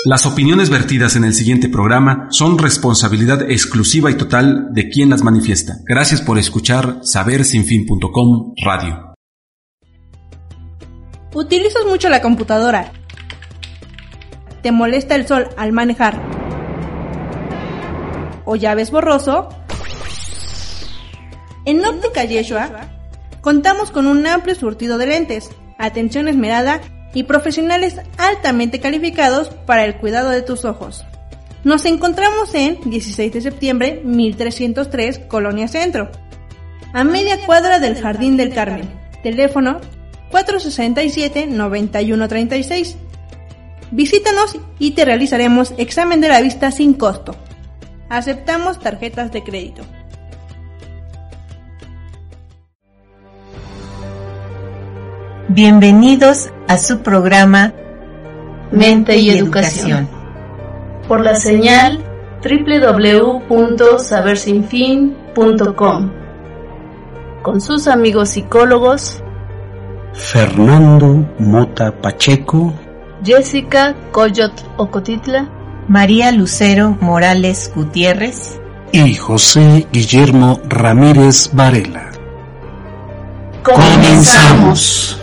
Las opiniones vertidas en el siguiente programa son responsabilidad exclusiva y total de quien las manifiesta. Gracias por escuchar sabersinfin.com Radio. ¿Utilizas mucho la computadora? ¿Te molesta el sol al manejar? ¿O ya ves borroso? En Óptica Yeshua contamos con un amplio surtido de lentes, atención esmerada y profesionales altamente calificados para el cuidado de tus ojos. Nos encontramos en 16 de septiembre 1303, Colonia Centro, a media cuadra del Jardín del Carmen. Teléfono 467-9136. Visítanos y te realizaremos examen de la vista sin costo. Aceptamos tarjetas de crédito. Bienvenidos a su programa Mente y Educación por la señal www.sabersinfin.com con sus amigos psicólogos Fernando Mota Pacheco, Jessica Coyot Ocotitla, María Lucero Morales Gutiérrez y José Guillermo Ramírez Varela. ¡Comenzamos!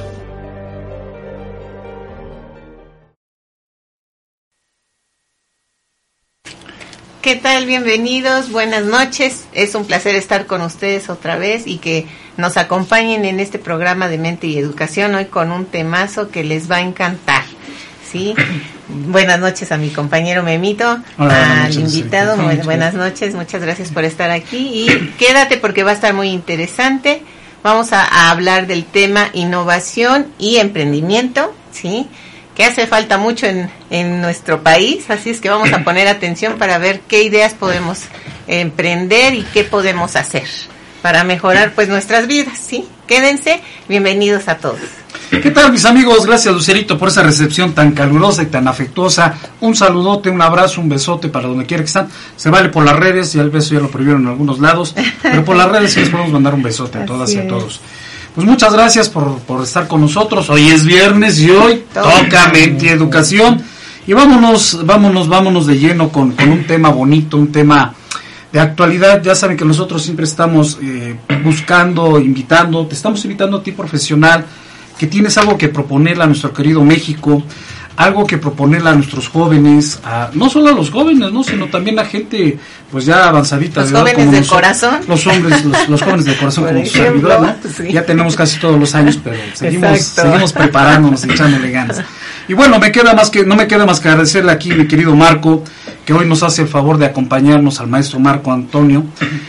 ¿Qué tal? Bienvenidos, buenas noches. Es un placer estar con ustedes otra vez y que nos acompañen en este programa de Mente y Educación hoy con un temazo que les va a encantar, ¿sí? Buenas noches a mi compañero Memito, al invitado, buenas noches, muchas gracias por estar aquí y quédate porque va a estar muy interesante. Vamos a hablar del tema innovación y emprendimiento, ¿sí? Que hace falta mucho en nuestro país, así es que vamos a poner atención para ver qué ideas podemos emprender y qué podemos hacer para mejorar pues nuestras vidas, ¿sí? Quédense, bienvenidos a todos. ¿Qué tal, mis amigos? Gracias, Lucerito, por esa recepción tan calurosa y tan afectuosa. Un saludote, un abrazo, un besote para donde quiera que están. Se vale por las redes, ya el beso ya lo prohibieron en algunos lados, pero por las redes sí les podemos mandar un besote a todas y a todos. Pues muchas gracias por estar con nosotros. Hoy es viernes y hoy toca Mente y Educación. Y vámonos de lleno con un tema bonito, un tema de actualidad. Ya saben que nosotros siempre estamos buscando, invitando, te estamos invitando a ti profesional, que tienes algo que proponerle a nuestro querido México, algo que proponerle a nuestros jóvenes, no solo a los jóvenes, ¿no? Sino también a gente pues ya avanzadita. Los jóvenes de corazón. Los hombres, los jóvenes de corazón como su servidor, ¿no? Sí. Ya tenemos casi todos los años, pero seguimos preparándonos, echándole ganas. Y bueno, no me queda más que agradecerle aquí a mi querido Marco, que hoy nos hace el favor de acompañarnos, al maestro Marco Antonio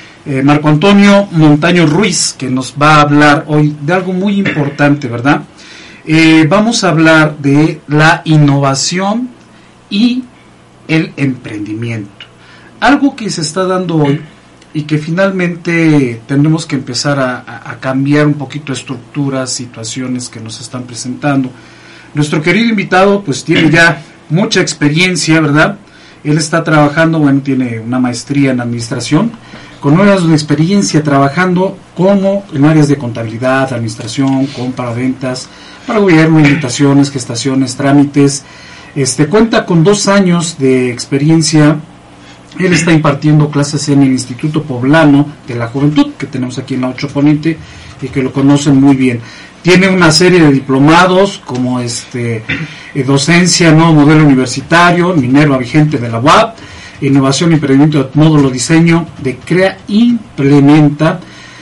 Montaño Ruiz, que nos va a hablar hoy de algo muy importante, ¿verdad? Vamos a hablar de la innovación y el emprendimiento. Algo que se está dando hoy y que finalmente tendremos que empezar a cambiar un poquito estructuras, situaciones que nos están presentando. Nuestro querido invitado pues tiene ya mucha experiencia, ¿verdad? Él está trabajando, tiene una maestría en administración, con años de experiencia trabajando como en áreas de contabilidad, administración, compra, ventas, para gobierno, invitaciones, gestaciones, trámites. Cuenta con 2 años de experiencia. Él está impartiendo clases en el Instituto Poblano de la Juventud, que tenemos aquí en la 8 Poniente, y que lo conocen muy bien. Tiene una serie de diplomados como docencia, nuevo modelo universitario, Minerva vigente de la UAP, innovación y emprendimiento de módulo diseño de Crea Implementa.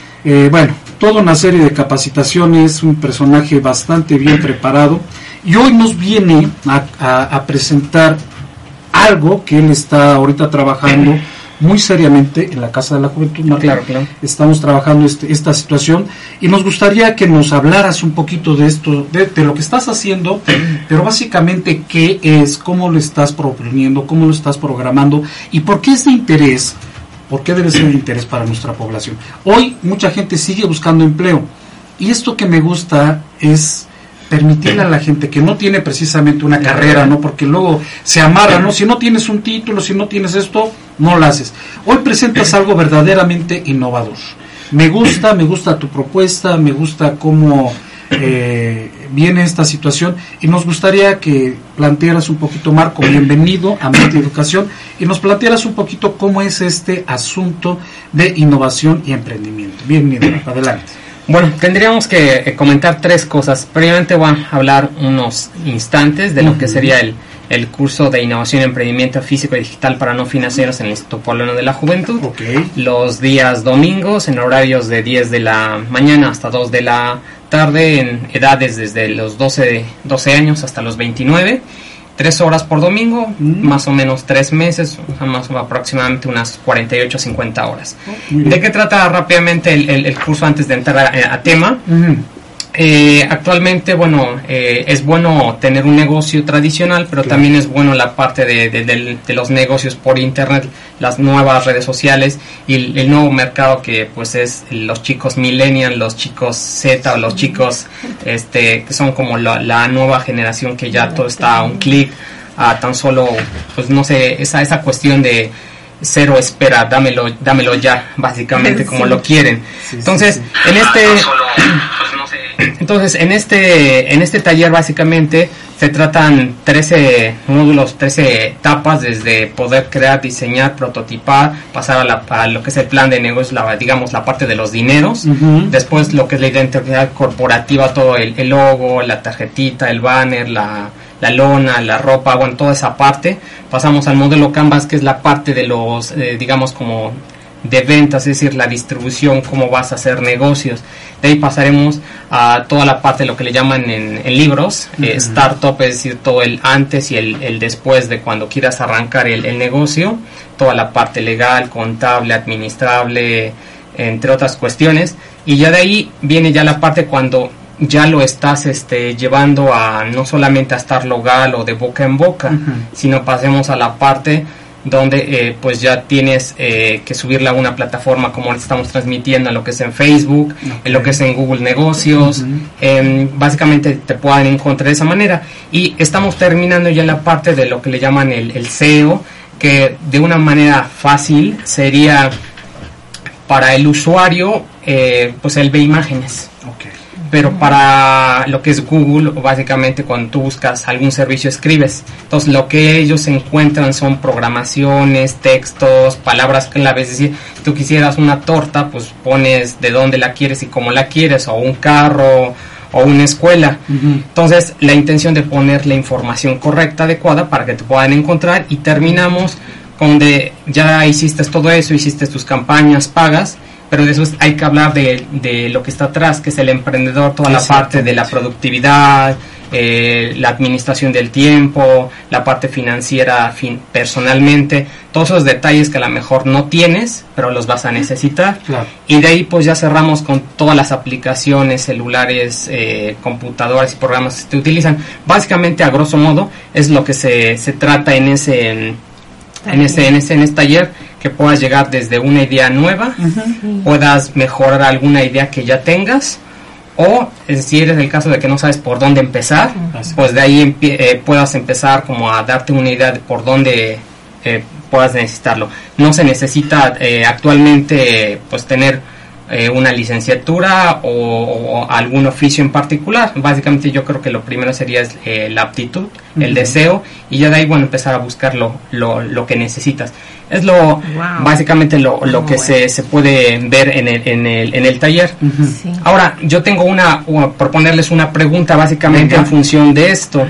Toda una serie de capacitaciones, un personaje bastante bien preparado, y hoy nos viene a presentar algo que él está ahorita trabajando muy seriamente en la Casa de la Juventud. Claro. Estamos trabajando esta situación y nos gustaría que nos hablaras un poquito de esto, de lo que estás haciendo, pero básicamente qué es, cómo lo estás proponiendo, cómo lo estás programando y por qué es de interés. ¿Por qué debe ser de interés para nuestra población? Hoy mucha gente sigue buscando empleo y esto que me gusta es permitirle a la gente que no tiene precisamente una carrera, ¿no? Porque luego se amarra, ¿no? Si no tienes un título, si no tienes esto, no lo haces. Hoy presentas algo verdaderamente innovador. Me gusta tu propuesta, me gusta cómo viene esta situación y nos gustaría que plantearas un poquito, Marco, bienvenido a Mente y Educación, y nos plantearas un poquito cómo es este asunto de innovación y emprendimiento. Bienvenido, adelante. Bueno, tendríamos que comentar 3 cosas. Previamente voy a hablar unos instantes de lo que sería el curso de Innovación y Emprendimiento Físico y Digital para No Financieros en el Instituto Poblano de la Juventud. Los días domingos en horarios de 10 de la mañana hasta 2 de la tarde, en edades desde los 12 años hasta los 29. 3 horas por domingo, más o menos 3 meses, más aproximadamente unas 48 a 50 horas. ¿De qué trata rápidamente el curso antes de entrar a tema? Actualmente, es bueno tener un negocio tradicional, pero también es bueno la parte de los negocios por internet, las nuevas redes sociales y el nuevo mercado que pues es los chicos millennials, los chicos Z o los chicos que son como la nueva generación, que ya todo está a un clic, a tan solo, pues no sé, esa cuestión de cero espera, dámelo ya, básicamente como lo quieren. Entonces, en este taller básicamente se tratan 13 módulos, 13 etapas, desde poder crear, diseñar, prototipar, pasar a lo que es el plan de negocio, la parte de los dineros, después lo que es la identidad corporativa, todo el logo, la tarjetita, el banner, la lona, la ropa, toda esa parte. Pasamos al modelo Canvas, que es la parte de los, como de ventas, es decir, la distribución, cómo vas a hacer negocios. De ahí pasaremos a toda la parte de lo que le llaman en libros, startup, es decir, todo el antes y el después de cuando quieras arrancar el negocio, toda la parte legal, contable, administrable, entre otras cuestiones. Y ya de ahí viene ya la parte cuando ya lo estás llevando a no solamente a estar local o de boca en boca, sino pasemos a la parte donde pues ya tienes que subirla a una plataforma como estamos transmitiendo, en lo que es en Facebook, en lo que es en Google Negocios, básicamente te puedan encontrar de esa manera. Y estamos terminando ya la parte de lo que le llaman el SEO, que de una manera fácil sería para el usuario, pues él ve imágenes. Pero para lo que es Google, básicamente cuando tú buscas algún servicio escribes. Entonces lo que ellos encuentran son programaciones, textos, palabras claves. Es decir, si tú quisieras una torta, pues pones de dónde la quieres y cómo la quieres, o un carro, o una escuela. Entonces la intención de poner la información correcta, adecuada, para que te puedan encontrar. Y terminamos donde ya hiciste todo eso, hiciste tus campañas, pagas. Pero de eso hay que hablar de lo que está atrás, que es el emprendedor, toda la parte de la productividad, la administración del tiempo, la parte financiera personalmente, todos esos detalles que a lo mejor no tienes, pero los vas a necesitar. Y de ahí pues ya cerramos con todas las aplicaciones, celulares, computadoras y programas que se utilizan. Básicamente, a grosso modo, es lo que se trata en ese taller, que puedas llegar desde una idea nueva, puedas mejorar alguna idea que ya tengas, o si eres el caso de que no sabes por dónde empezar, pues de ahí puedas empezar como a darte una idea de por dónde puedas necesitarlo. No se necesita actualmente pues tener una licenciatura o algún oficio en particular. Básicamente yo creo que lo primero sería la aptitud, el deseo, y ya de ahí empezar a buscar lo que necesitas. Es básicamente lo que se puede ver en el taller. Ahora, yo tengo por ponerles una pregunta básicamente en función de esto.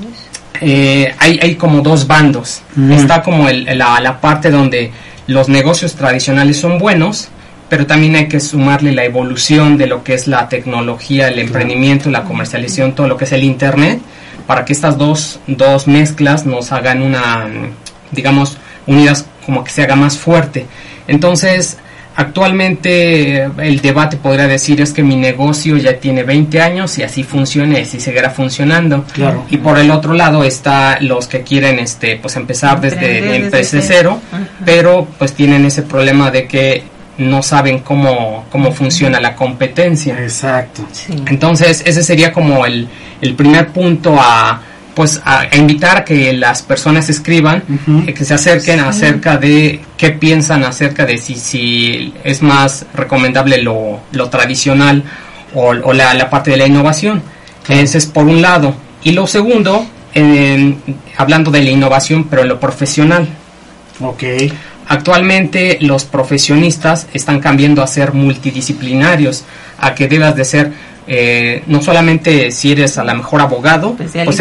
Hay como 2 bandos. Está como la parte donde los negocios tradicionales son buenos, pero también hay que sumarle la evolución de lo que es la tecnología, el emprendimiento, la comercialización, todo lo que es el internet, para que estas dos mezclas nos hagan unidas, como que se haga más fuerte. Entonces, actualmente el debate podría decir es que mi negocio ya tiene 20 años y así funciona y así seguirá funcionando. Y por el otro lado está los que quieren pues empezar desde cero, pero pues tienen ese problema de que no saben cómo funciona la competencia. Entonces ese sería como el primer punto a invitar a que las personas escriban, que se acerquen acerca de qué piensan acerca de si es más recomendable lo tradicional o la parte de la innovación. Ese es por un lado. Y lo segundo, hablando de la innovación, pero en lo profesional. Ok. Actualmente los profesionistas están cambiando a ser multidisciplinarios, a que debas de ser, no solamente si eres a lo mejor abogado, pues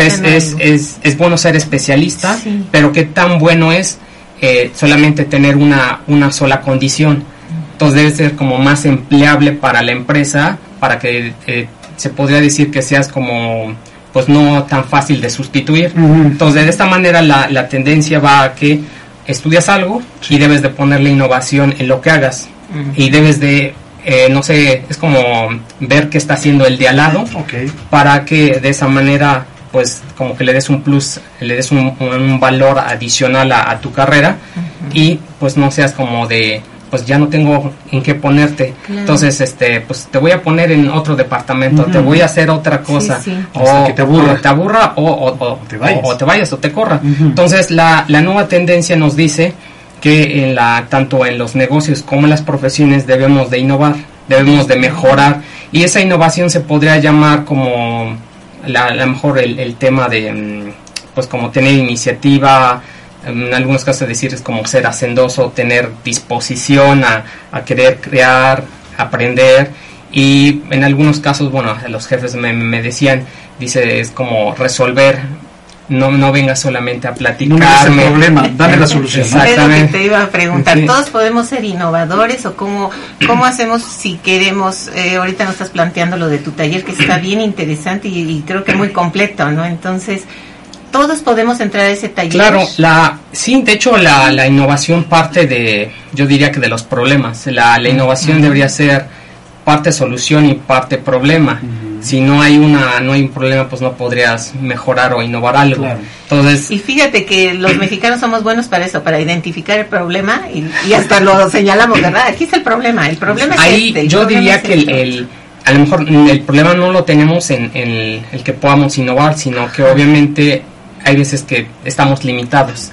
es bueno ser especialista, sí, pero qué tan bueno es solamente tener una sola condición. Entonces debe ser como más empleable para la empresa, para que se podría decir que seas como, pues no tan fácil de sustituir. Entonces de esta manera la tendencia va a que estudias algo, sí, y debes de ponerle innovación en lo que hagas, y debes de, no sé, es como ver qué está haciendo el de al lado, okay, para que de esa manera pues como que le des un plus, le des un valor adicional a tu carrera, y pues no seas como de, pues ya no tengo en qué ponerte, claro, entonces pues te voy a poner en otro departamento, te voy a hacer otra cosa, sí, sí, o que te aburra o te vayas o te corra. Entonces la nueva tendencia nos dice que tanto en los negocios como en las profesiones debemos de innovar, debemos de mejorar, y esa innovación se podría llamar como a lo mejor el tema de pues como tener iniciativa. En algunos casos decir es como ser hacendoso, tener disposición a querer crear, aprender, y en algunos casos, bueno, los jefes me decían, dice, es como resolver, no vengas solamente a platicarme. No es el problema, dame la solución. Exactamente. Es lo que te iba a preguntar, sí, ¿todos podemos ser innovadores o cómo hacemos si queremos? Ahorita nos estás planteando lo de tu taller, que está bien interesante y creo que muy completo, ¿no? Entonces, ¿todos podemos entrar a ese taller? Claro, sí, de hecho la innovación parte de, yo diría que de los problemas. La innovación debería ser parte solución y parte problema. Si no hay un problema, pues no podrías mejorar o innovar algo. Claro. Entonces, y fíjate que los mexicanos somos buenos para eso, para identificar el problema y hasta lo señalamos, ¿verdad? Aquí está el problema es ahí este. Yo diría que a lo mejor el problema no lo tenemos en el que podamos innovar, sino que obviamente hay veces que estamos limitados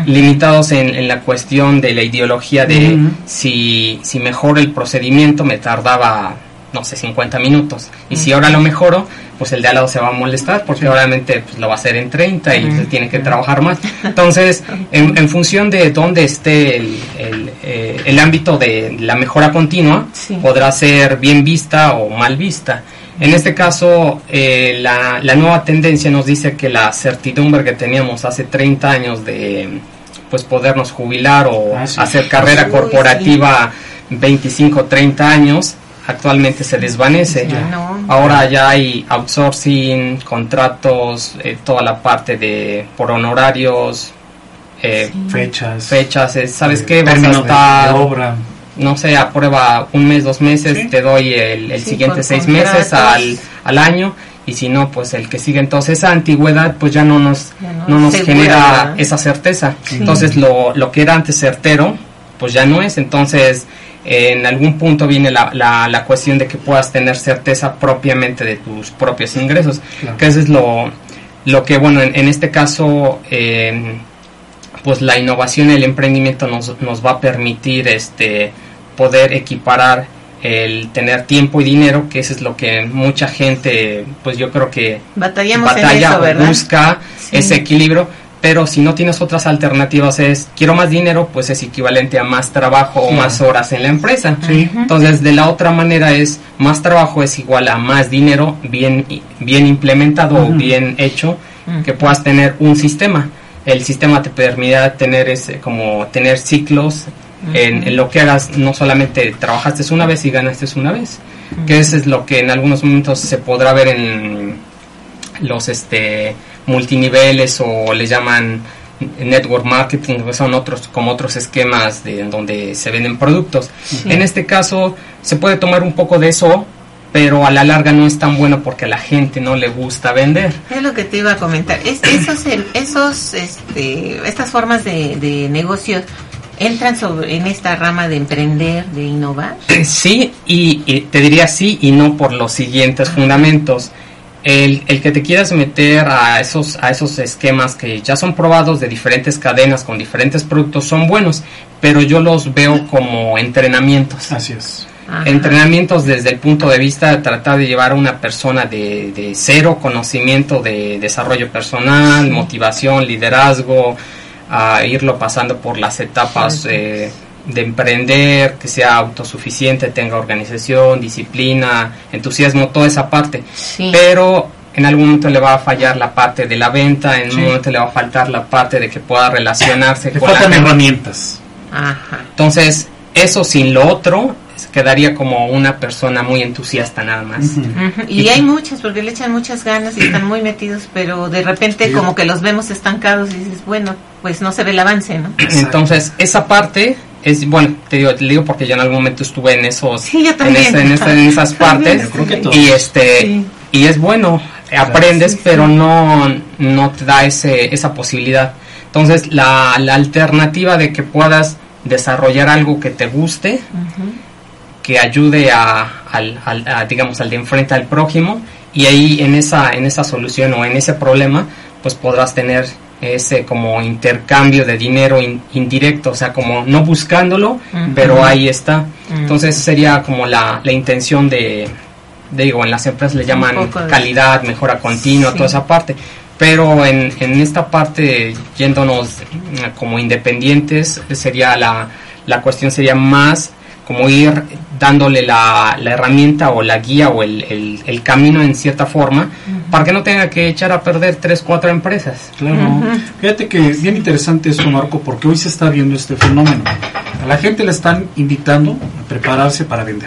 en la cuestión de la ideología de si mejoro el procedimiento me tardaba, no sé, 50 minutos, y si ahora lo mejoro, pues el de al lado se va a molestar porque obviamente pues, lo va a hacer en 30 y pues, tiene que trabajar más. Entonces, en función de dónde esté el ámbito de la mejora continua, sí, podrá ser bien vista o mal vista. En este caso, la nueva tendencia nos dice que la certidumbre que teníamos hace 30 años de pues podernos jubilar o hacer carrera corporativa 25, 30 años, actualmente se desvanece. Ahora ya hay outsourcing, contratos, toda la parte por honorarios, fechas, ¿sabes qué? Vas a estar, de obra, no sé, a prueba 1 mes, 2 meses, ¿sí? Te doy el siguiente 6 meses al año, y si no, pues el que sigue. Entonces esa antigüedad pues ya no nos genera, ¿verdad?, esa certeza. Sí. Entonces lo que era antes certero, pues ya no es. Entonces en algún punto viene la cuestión de que puedas tener certeza propiamente de tus propios ingresos, claro, que eso es lo que, bueno, en este caso pues la innovación y el emprendimiento nos va a permitir poder equiparar el tener tiempo y dinero, que eso es lo que mucha gente, pues yo creo que batalla en eso, ¿verdad? Busca, sí, ese equilibrio, pero si no tienes otras alternativas, quiero más dinero, pues es equivalente a más trabajo, sí, o más horas en la empresa. Sí. Entonces, de la otra manera más trabajo es igual a más dinero bien implementado o bien hecho, que puedas tener un sistema. El sistema te permitirá tener tener ciclos en lo que hagas. No solamente trabajaste una vez y ganaste una vez, que eso es lo que en algunos momentos se podrá ver en los multiniveles, o le llaman network marketing, que son otros esquemas donde se venden productos. Sí. En este caso se puede tomar un poco de eso, pero a la larga no es tan bueno porque a la gente no le gusta vender. Es lo que te iba a comentar. Estas formas de negocios entran en esta rama de emprender, de innovar. Sí, y te diría sí y no por los siguientes fundamentos. El que te quieras meter a esos esquemas que ya son probados de diferentes cadenas con diferentes productos son buenos, pero yo los veo como entrenamientos. Así es. Ajá. Entrenamientos desde el punto de vista de tratar de llevar a una persona de cero conocimiento de desarrollo personal, motivación, liderazgo, a irlo pasando por las etapas de emprender, que sea autosuficiente, tenga organización, disciplina, entusiasmo, toda esa parte. Sí. Pero en algún momento le va a fallar la parte de la venta, en un momento le va a faltar la parte de que pueda relacionarse Le con la faltan gente. herramientas. Ajá. Entonces, eso sin lo otro, quedaría como una persona muy entusiasta nada más. Ujú. Ujú. Y hay muchas, porque le echan muchas ganas y están muy metidos, pero de repente Sí. como que los vemos estancados y dices, bueno, pues no se ve el avance, ¿no? Entonces, esa parte es, bueno, te digo porque yo en algún momento estuve en esos, Sí, yo también. en esas partes, Yo creo que todos. y Sí. y es bueno, aprendes, Sí, sí. pero no te da esa posibilidad. Entonces, la alternativa de que puedas desarrollar algo que te guste, Ujú. que ayude digamos, al de enfrente, al prójimo, y ahí en esa solución o en ese problema, pues podrás tener ese como intercambio de dinero indirecto, o sea, como no buscándolo, Ujú. pero ahí está. Ujú. Entonces sería como la intención digo, en las empresas le llaman poco de- calidad, mejora continua, Sí. toda esa parte. Pero en esta parte, yéndonos como independientes, sería la cuestión sería más como ir dándole la herramienta o la guía o el camino en cierta forma, para que no tenga que echar a perder 3-4 empresas. Claro. Ujú. Fíjate que bien interesante esto, Marco, porque hoy se está viendo este fenómeno. A la gente le están invitando a prepararse para vender.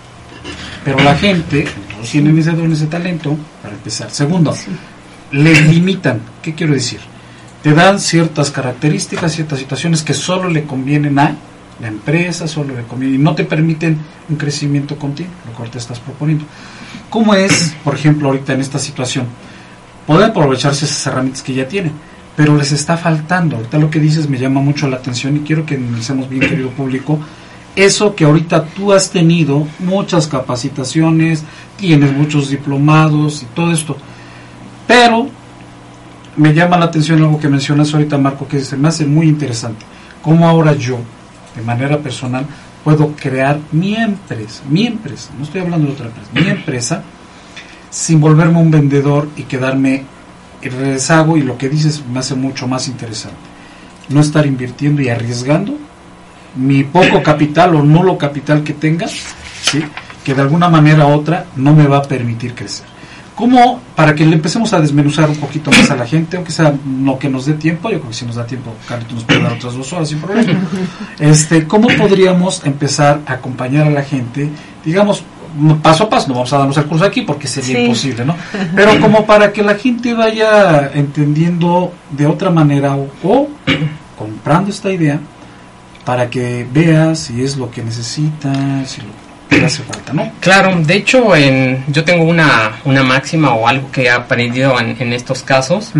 Pero la gente no tiene ese don, ese talento para empezar. Segundo, les limitan. ¿Qué quiero decir? Te dan ciertas características, ciertas situaciones que solo le convienen a la empresa, solo le conviene, y no te permiten un crecimiento continuo, lo cual te estás proponiendo. ¿Cómo es, por ejemplo, ahorita en esta situación? Pueden aprovecharse esas herramientas que ya tienen, pero les está faltando. Ahorita lo que dices me llama mucho la atención y quiero que analicemos bien, querido público, eso que ahorita tú has tenido muchas capacitaciones, tienes muchos diplomados y todo esto, pero me llama la atención algo que mencionas ahorita, Marco, que se me hace muy interesante. Cómo ahora yo, de manera personal, puedo crear mi empresa, no estoy hablando de otra empresa, mi empresa, sin volverme un vendedor y quedarme el rezago, y lo que dices me hace mucho más interesante. No estar invirtiendo y arriesgando mi poco capital o nulo capital que tenga, ¿sí?, que de alguna manera u otra no me va a permitir crecer. ¿Cómo, para que le empecemos a desmenuzar un poquito más a la gente, aunque sea lo que nos dé tiempo? Yo creo que si nos da tiempo, Carlitos nos puede dar otras 2 horas sin problema. ¿Cómo podríamos empezar a acompañar a la gente, digamos, paso a paso? No vamos a darnos el curso aquí porque sería Sí. imposible, ¿no? Pero como para que la gente vaya entendiendo de otra manera o comprando esta idea, para que vea si es lo que necesita, si lo que hace falta, ¿no? Claro, de hecho, yo tengo una máxima o algo que he aprendido en estos casos.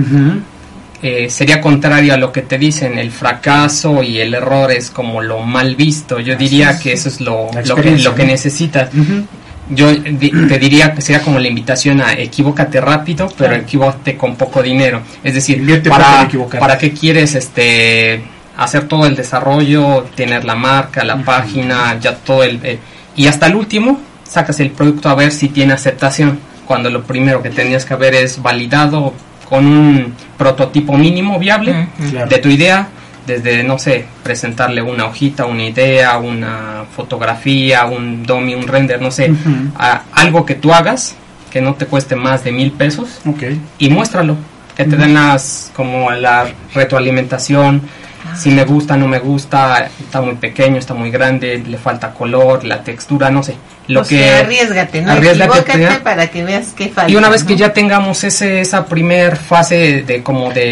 Sería contrario a lo que te dicen, el fracaso y el error es como lo mal visto. Yo diría que eso es lo que necesitas. Yo te diría que sería como la invitación a equivócate rápido, pero equivócate con poco dinero. Es decir, Invierte poco en equivocarte. ¿para qué quieres hacer todo el desarrollo, tener la marca, la página, ya todo y hasta el último sacas el producto a ver si tiene aceptación, cuando lo primero que tenías que haber es validado con un prototipo mínimo viable Claro. de tu idea, desde, no sé, presentarle una hojita, una idea, una fotografía, un dummy, un render, no sé, algo que tú hagas que no te cueste más de $1,000 Ok. y muéstralo, que te den como la retroalimentación, si me gusta, no me gusta, está muy pequeño, está muy grande, le falta color, la textura, no sé. O sea, arriésgate, ¿no? Equivócate para que veas qué falta. Y una vez que ¿no? ya tengamos esa primer fase de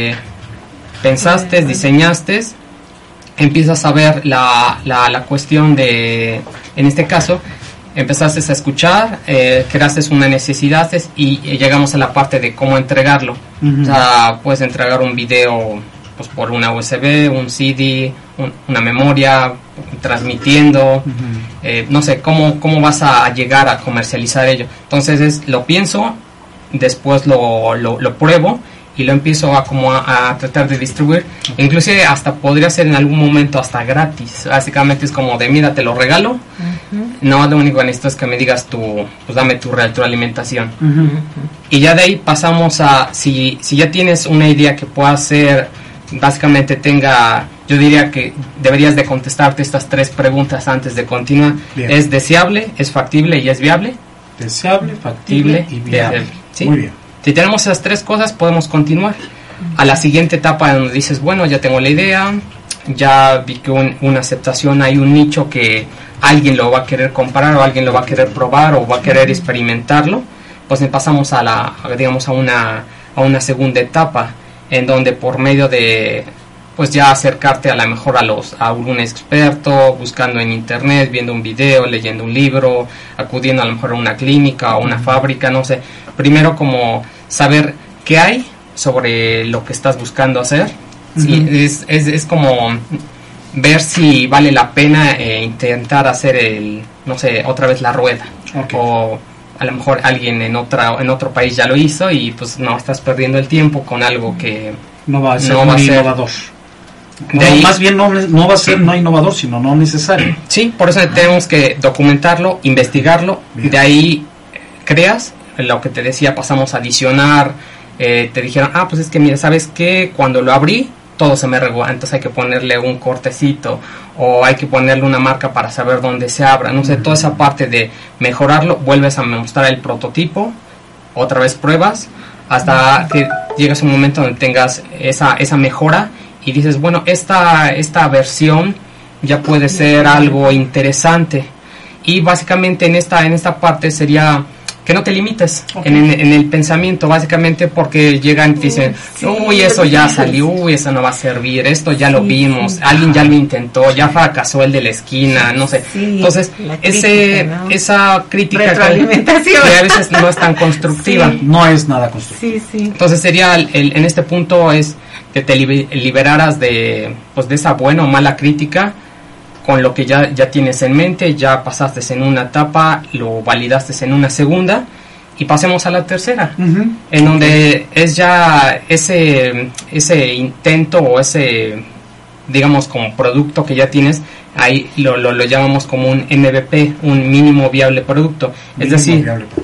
pensaste, diseñaste, empiezas a ver la cuestión de, en este caso, empezaste a escuchar, creaste una necesidad y llegamos a la parte de cómo entregarlo. O sea, puedes entregar un video pues por una USB, un CD, una memoria, transmitiendo, no sé, cómo vas a llegar a comercializar ello. Entonces lo pienso, después lo pruebo y lo empiezo a tratar de distribuir. Inclusive hasta podría ser en algún momento hasta gratis. Básicamente es como de, mira, te lo regalo, No, lo único que necesito es que me digas pues dame tu retroalimentación. Y ya de ahí pasamos a, si ya tienes una idea que pueda ser, básicamente yo diría que deberías de contestarte estas 3 preguntas antes de continuar. Bien. ¿Es deseable, es factible y es viable? Deseable, factible y viable. ¿Sí? Muy bien. Si tenemos esas 3 cosas, podemos continuar a la siguiente etapa donde dices, bueno, ya tengo la idea, ya vi que una aceptación, hay un nicho que alguien lo va a querer comprar o alguien lo va a querer probar o va a querer experimentarlo, pues pasamos a una segunda etapa en donde por medio de pues ya acercarte a lo mejor a algún experto, buscando en internet, viendo un video, leyendo un libro, acudiendo a lo mejor a una clínica o una fábrica, no sé, primero como saber qué hay sobre lo que estás buscando hacer. Sí, es como ver si vale la pena intentar hacer otra vez la rueda. Okay. O a lo mejor alguien en otro país ya lo hizo y pues no, estás perdiendo el tiempo con algo que no va a ser innovador. Más bien no va a ser no innovador, sino no necesario. Sí, por eso tenemos que documentarlo, investigarlo. Bien. De ahí creas, lo que te decía, pasamos a adicionar. Te dijeron, pues es que mira, ¿sabes qué? Cuando lo abrí, todo se me regó, entonces hay que ponerle un cortecito o hay que ponerle una marca para saber dónde se abra, no sé, toda esa parte de mejorarlo, vuelves a mostrar el prototipo, otra vez pruebas, hasta que llegas a un momento donde tengas esa mejora y dices, bueno, esta versión ya puede ser algo interesante. Y básicamente en esta parte sería que no te limites en el pensamiento, básicamente, porque llegan y dicen, uy, eso ya salió, uy, eso no va a servir, esto ya lo vimos, alguien ya lo intentó, ya fracasó el de la esquina, no sé. Entonces, crítica, ¿no? Esa crítica que a veces no es tan constructiva. No es nada constructiva. Entonces sería, en este punto, es que te liberaras de esa buena o mala crítica, con lo que ya tienes en mente, ya pasaste en una etapa, lo validaste en una segunda, y pasemos a la tercera, en donde es ya ese intento o ese, digamos, como producto que ya tienes, ahí lo llamamos como un MVP, un mínimo viable producto. Es decir,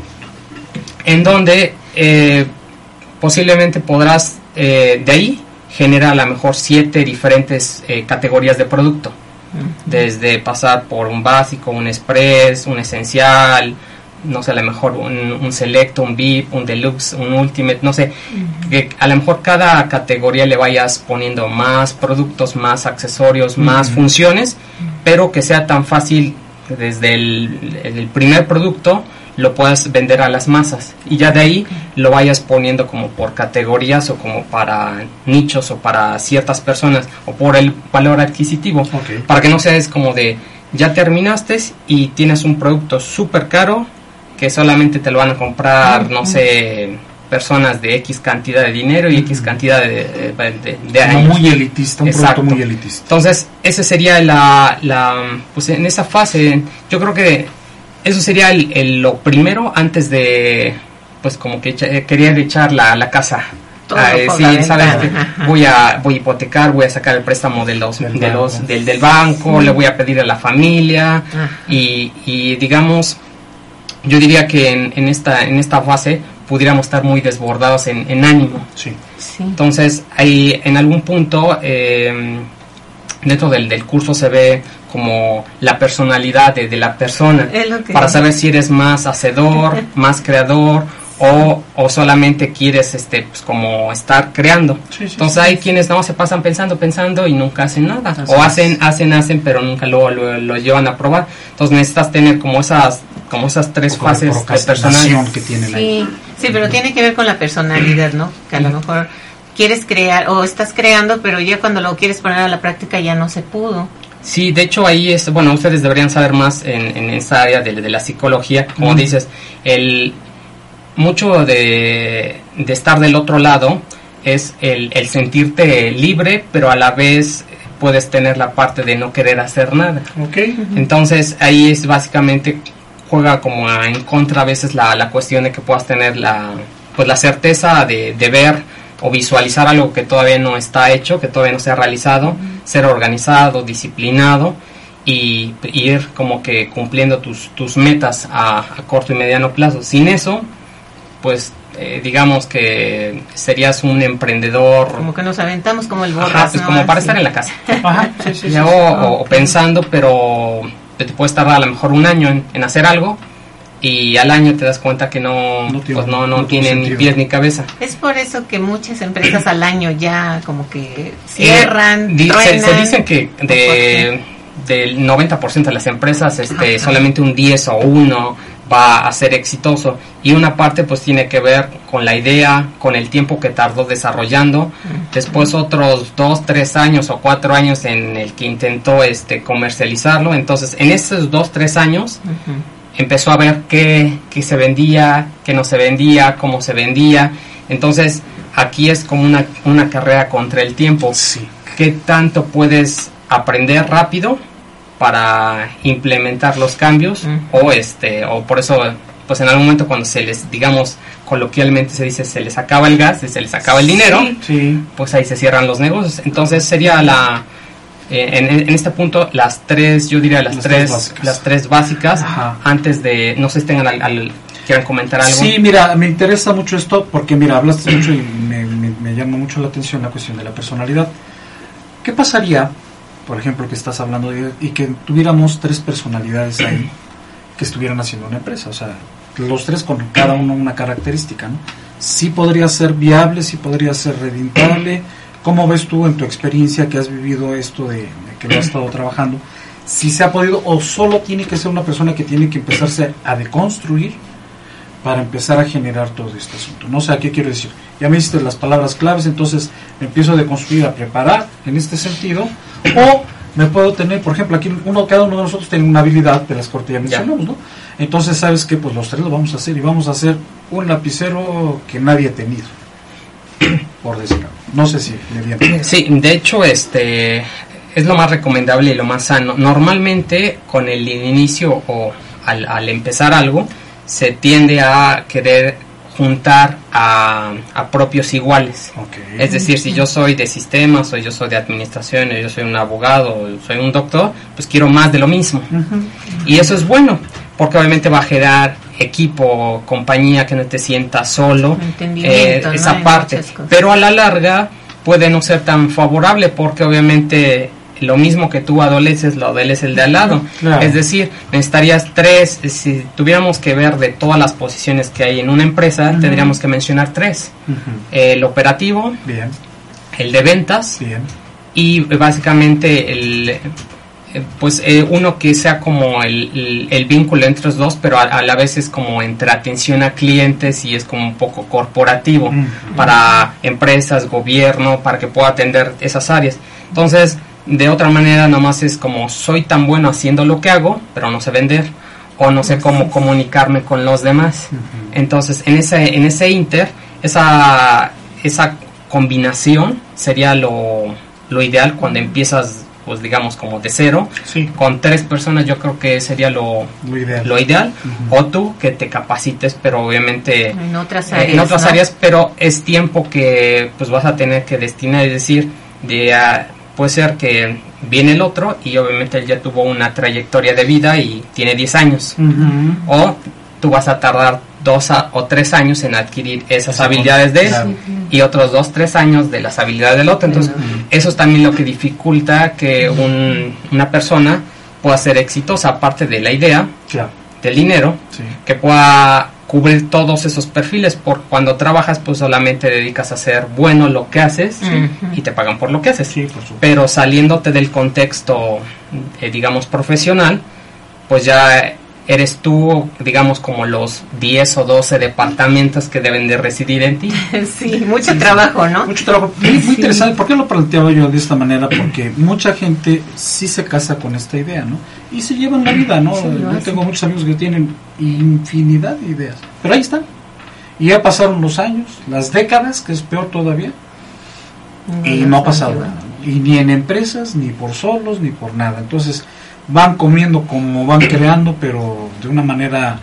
en donde posiblemente podrás de ahí generar a lo mejor 7 diferentes categorías de producto. Desde pasar por un básico, un express, un esencial, no sé, a lo mejor un selecto, un VIP, un deluxe, un ultimate, no sé, que a lo mejor cada categoría le vayas poniendo más productos, más accesorios, más funciones, pero que sea tan fácil que desde el primer producto lo puedas vender a las masas y ya de ahí lo vayas poniendo como por categorías o como para nichos o para ciertas personas o por el valor adquisitivo, para que no seas como de ya terminaste y tienes un producto súper caro que solamente te lo van a comprar, no sé, personas de X cantidad de dinero y X cantidad de años. Muy elitista, un producto muy elitista. Entonces, ese sería pues en esa fase, yo creo que eso sería lo primero antes de, pues como que querer echar la casa. Sí, sabes que voy a hipotecar, voy a sacar el préstamo del banco, le voy a pedir a la familia y digamos, yo diría que en esta fase pudiéramos estar muy desbordados en ánimo. Sí. Entonces, ahí en algún punto dentro del curso se ve como la personalidad de la persona, para saber si eres más hacedor, más creador o solamente quieres pues como estar creando. Entonces hay quienes no se pasan pensando y nunca hacen nada, o hacen pero nunca lo llevan a probar. Entonces necesitas tener como esas 3 fases de personalidad que tiene sí, pero tiene que ver con la personalidad, ¿no? Que a lo mejor quieres crear o estás creando, pero ya cuando lo quieres poner a la práctica ya no se pudo. Sí, de hecho ahí ustedes deberían saber más en esa área de la psicología, como dices, mucho de estar del otro lado es el sentirte libre, pero a la vez puedes tener la parte de no querer hacer nada. Entonces ahí es básicamente, juega como en contra a veces la cuestión de que puedas tener la certeza de ver o visualizar algo que todavía no está hecho, que todavía no se ha realizado, ser organizado, disciplinado y ir como que cumpliendo tus metas a corto y mediano plazo. Sin eso, pues digamos que serías un emprendedor. Como que nos aventamos como el borras. Ajá, pues ¿no? como para Sí. estar en la casa. Ajá, sí. O pensando, pero te puedes tardar a lo mejor un año en hacer algo y al año te das cuenta que no tiene ni sentido. pies ni cabeza. Es por eso que muchas empresas al año ya como que cierran, Se truenan. dicen que del 90% de las empresas Ajá. solamente un 10 o 1 va a ser exitoso, y una parte pues tiene que ver con la idea, con el tiempo que tardó desarrollando, después otros 2, 3 años o 4 años en el que intentó comercializarlo. Entonces en esos 2, 3 años empezó a ver qué se vendía, qué no se vendía, cómo se vendía. Entonces aquí es como una carrera contra el tiempo. Sí. ¿Qué tanto puedes aprender rápido para implementar los cambios? O por eso, pues en algún momento cuando se les, digamos, coloquialmente se dice, se les acaba el gas y se les acaba el dinero, Sí. pues ahí se cierran los negocios. Entonces sería en este punto las tres básicas. Ajá. Antes de, no sé si tengan quieran comentar algo. Sí, mira, me interesa mucho esto porque, mira, hablaste mucho y me llama mucho la atención la cuestión de la personalidad. ¿Qué pasaría, por ejemplo, que estás hablando y que tuviéramos 3 personalidades ahí que estuvieran haciendo una empresa? O sea, los 3 con cada uno una característica, ¿no? Sí podría ser viable, sí podría ser rentable. ¿Cómo ves tú en tu experiencia que has vivido esto de que lo has estado trabajando? Si se ha podido, o solo tiene que ser una persona que tiene que empezarse a deconstruir para empezar a generar todo este asunto. No sé, ¿qué quiero decir? Ya me diste las palabras claves, entonces me empiezo a deconstruir, a preparar en este sentido, o me puedo tener, por ejemplo, aquí cada uno de nosotros tiene una habilidad de las que ya mencionamos, ¿no? Entonces, ¿sabes qué? Pues los 3 lo vamos a hacer, y vamos a hacer un lapicero que nadie ha tenido, por decirlo. No sé si me viene. Sí, de hecho, es lo más recomendable y lo más sano. Normalmente, con el inicio o al empezar algo, se tiende a querer juntar a propios iguales. Okay. Es decir, si yo soy de sistemas, o yo soy de administración, o yo soy un abogado, o soy un doctor, pues quiero más de lo mismo. Y eso es bueno, porque obviamente va a generar equipo, compañía, que no te sientas solo, Entendimiento, ¿no? esa En parte. muchas cosas. Pero a la larga puede no ser tan favorable, porque obviamente lo mismo que tú adoleces, lo adolece el de al lado. Claro. Es decir, necesitarías 3, si tuviéramos que ver de todas las posiciones que hay en una empresa, tendríamos que mencionar 3. El operativo, Bien, el de ventas, bien. y básicamente uno que sea como el vínculo entre los dos, pero a la vez es como entre atención a clientes y es como un poco corporativo para empresas, gobierno, para que pueda atender esas áreas. Entonces, de otra manera, nomás es como soy tan bueno haciendo lo que hago, pero no sé vender, o no sé cómo comunicarme con los demás. Entonces, en ese inter, esa combinación sería lo ideal cuando empiezas, pues digamos, como de cero. Sí. Con 3 personas yo creo que sería lo ideal. O tú que te capacites, pero obviamente En otras áreas. en otras ¿no? áreas, pero es tiempo que pues vas a tener que destinar, es decir, puede ser que viene el otro y obviamente él ya tuvo una trayectoria de vida y tiene 10 años. O tú vas a tardar 2 o 3 años en adquirir esas habilidades de él, claro. y otros 2, 3 años de las habilidades del otro. Entonces, eso es también lo que dificulta que una persona pueda ser exitosa, aparte de la idea, Claro. del dinero, Sí. que pueda cubrir todos esos perfiles. Por cuando trabajas, pues solamente dedicas a hacer bueno lo que haces, y te pagan por lo que haces. Sí, por supuesto. Pero saliéndote del contexto, digamos, profesional, pues ya eres tú, digamos, como los 10 o 12 departamentos que deben de residir en ti. Sí, mucho trabajo, ¿no? Mucho trabajo. Muy interesante. ¿Por qué lo planteaba yo de esta manera? Porque mucha gente sí se casa con esta idea, ¿no? Y se llevan la vida, ¿no? Yo tengo muchos amigos que tienen infinidad de ideas. Pero ahí están. Y ya pasaron los años, las décadas, que es peor todavía. Y no ha pasado nada. Y ni en empresas, ni por solos, ni por nada. Entonces van comiendo como van creando, pero de una manera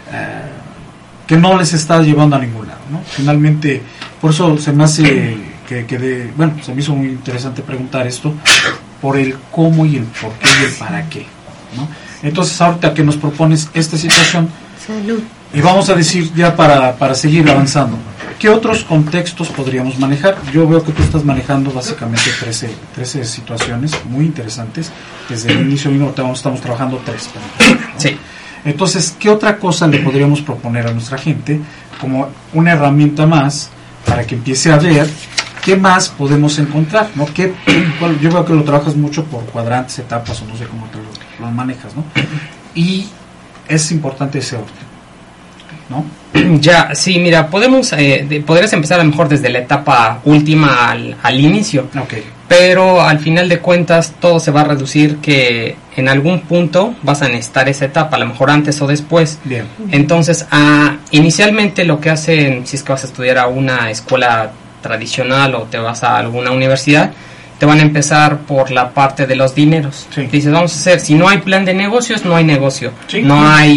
que no les está llevando a ningún lado, ¿no? Finalmente, por eso se me hace se me hizo muy interesante preguntar esto, por el cómo y el por qué y el para qué, ¿no? Entonces, ahorita que nos propones esta situación, Salud. y vamos a decir ya para seguir avanzando, ¿qué otros contextos podríamos manejar? Yo veo que tú estás manejando básicamente 13 situaciones muy interesantes. Desde el inicio mismo estamos trabajando 3. Sí. Entonces, ¿qué otra cosa le podríamos proponer a nuestra gente como una herramienta más para que empiece a ver qué más podemos encontrar, ¿no? Yo veo que lo trabajas mucho por cuadrantes, etapas, o no sé cómo lo manejas, ¿no? Y es importante ese orden, ¿no? Ya, sí, mira, podrías empezar a lo mejor desde la etapa última al inicio. Okay. Pero al final de cuentas todo se va a reducir que en algún punto vas a necesitar esa etapa, a lo mejor antes o después. Bien. Entonces, inicialmente lo que hacen, si es que vas a estudiar a una escuela tradicional o te vas a alguna universidad, te van a empezar por la parte de los dineros. Sí. Dices, vamos a hacer, si no hay plan de negocios, no hay negocio. Sí. No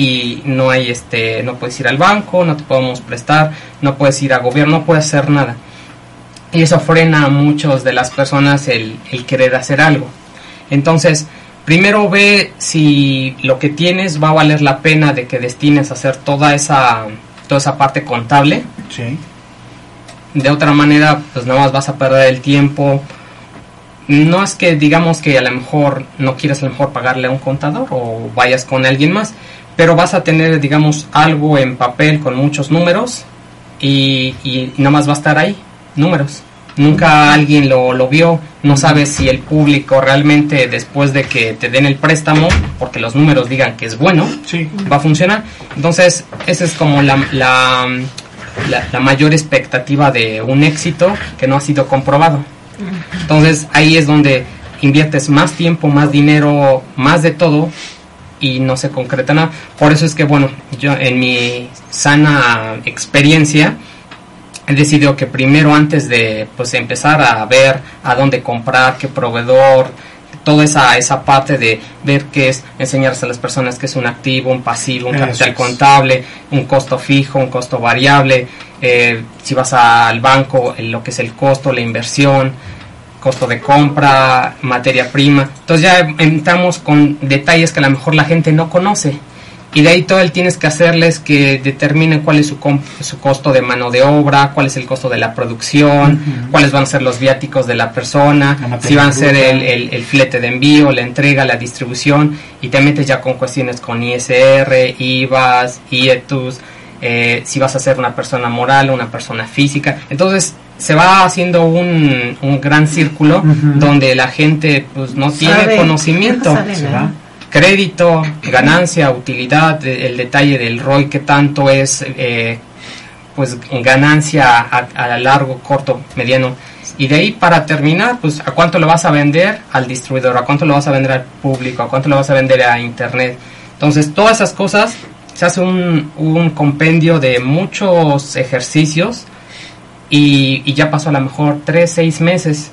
puedes ir al banco, no te podemos prestar, no puedes ir a gobierno, no puedes hacer nada. Y eso frena a muchos de las personas el querer hacer algo. Entonces, primero ve si lo que tienes va a valer la pena de que destines a hacer toda esa parte contable. Sí. De otra manera, pues nada más vas a perder el tiempo. No es que digamos que a lo mejor no quieres a lo mejor pagarle a un contador o vayas con alguien más, pero vas a tener, digamos, algo en papel con muchos números y nada más va a estar ahí, números. Nunca alguien lo vio, no sabes si el público realmente después de que te den el préstamo, porque los números digan que es bueno, Sí. va a funcionar. Entonces, esa es como la mayor expectativa de un éxito que no ha sido comprobado. Entonces, ahí es donde inviertes más tiempo, más dinero, más de todo y no se concreta nada. Por eso es que, bueno, yo en mi sana experiencia he decidido que primero, antes de pues empezar a ver a dónde comprar, qué proveedor, toda esa parte de ver qué es, enseñarles a las personas qué es un activo, un pasivo, un capital contable, un costo fijo, un costo variable, si vas al banco, lo que es el costo, la inversión, costo de compra, materia prima. Entonces ya entramos con detalles que a lo mejor la gente no conoce. Y de ahí todo el tienes que hacerles que determinen cuál es su costo de mano de obra, cuál es el costo de la producción, cuáles van a ser los viáticos de la persona, si van a ser el flete de envío, la entrega, la distribución, y te metes ya con cuestiones con ISR, IVAs, IETUS, si vas a ser una persona moral o una persona física. Entonces se va haciendo un gran círculo donde la gente pues no tiene conocimiento. Crédito, ganancia, utilidad, el detalle del ROI, que tanto es pues ganancia a largo, corto, mediano. Y de ahí, para terminar, pues a cuánto lo vas a vender al distribuidor, a cuánto lo vas a vender al público, a cuánto lo vas a vender a internet. Entonces, todas esas cosas, se hace un compendio de muchos ejercicios y ya pasó a lo mejor 3-6 meses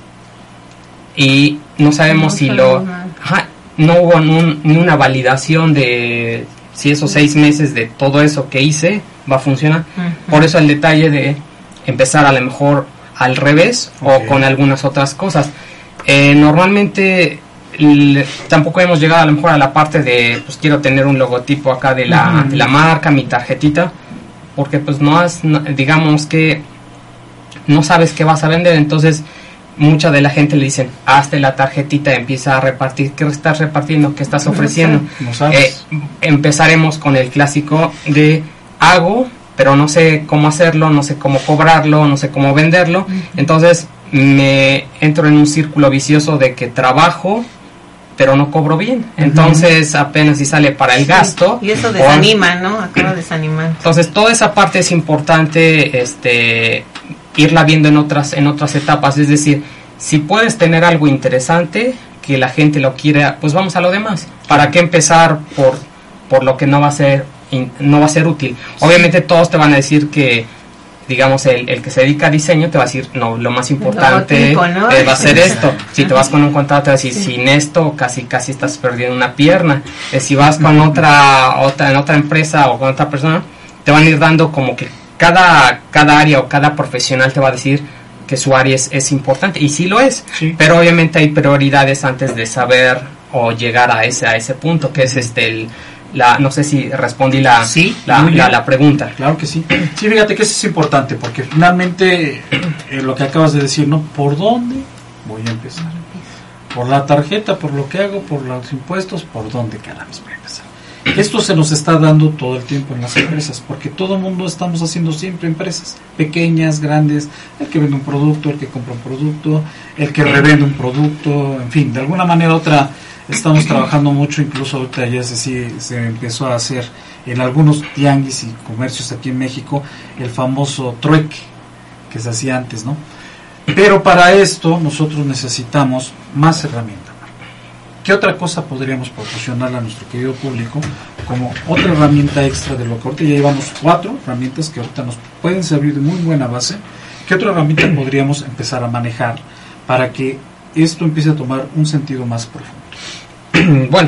y no sabemos si no hubo ni una validación de si esos 6 meses de todo eso que hice va a funcionar. Por eso el detalle de empezar a lo mejor al revés o con algunas otras cosas. Normalmente tampoco hemos llegado a lo mejor a la parte de pues quiero tener un logotipo acá de la marca, mi tarjetita, porque pues digamos que no sabes qué vas a vender. Entonces mucha de la gente le dicen, hazte la tarjetita, empieza a repartir. ¿Qué estás repartiendo? ¿Qué estás ofreciendo? No sabes. Empezaremos con el clásico de hago, pero no sé cómo hacerlo, no sé cómo cobrarlo, no sé cómo venderlo. Entonces me entro en un círculo vicioso de que trabajo, pero no cobro bien. Entonces apenas si sale para el gasto. Y eso desanima, ¿no? Acaba desanimando. Entonces toda esa parte es importante, irla viendo en otras etapas. Es decir, si puedes tener algo interesante que la gente lo quiera, pues vamos a lo demás. ¿Para qué empezar por lo que no va a ser útil? Obviamente todos te van a decir que, digamos, el que se dedica a diseño te va a decir, no, lo más importante va a ser esto. Si te vas con un contador te va a decir, sin esto casi estás perdiendo una pierna. Si vas con otra empresa o con otra persona, te van a ir dando como que cada área o cada profesional te va a decir que su área es importante, y sí lo es, Sí. pero obviamente hay prioridades antes de saber o llegar a ese punto, que es no sé si respondí Sí, la pregunta. Claro que sí. Sí, fíjate que eso es importante, porque finalmente lo que acabas de decir, ¿no? ¿Por dónde voy a empezar? ¿Por la tarjeta, por lo que hago, por los impuestos? ¿Por dónde cada vez voy a empezar? Esto se nos está dando todo el tiempo en las empresas, porque todo el mundo estamos haciendo siempre empresas, pequeñas, grandes, el que vende un producto, el que compra un producto, el que revende un producto, en fin, de alguna manera u otra estamos trabajando mucho, incluso ahorita ya se empezó a hacer en algunos tianguis y comercios aquí en México, el famoso trueque que se hacía antes, ¿no? Pero para esto nosotros necesitamos más herramientas. ¿Qué otra cosa podríamos proporcionarle a nuestro querido público como otra herramienta extra de lo que ahorita ya llevamos 4 herramientas que ahorita nos pueden servir de muy buena base? ¿Qué otra herramienta podríamos empezar a manejar para que esto empiece a tomar un sentido más profundo? Bueno,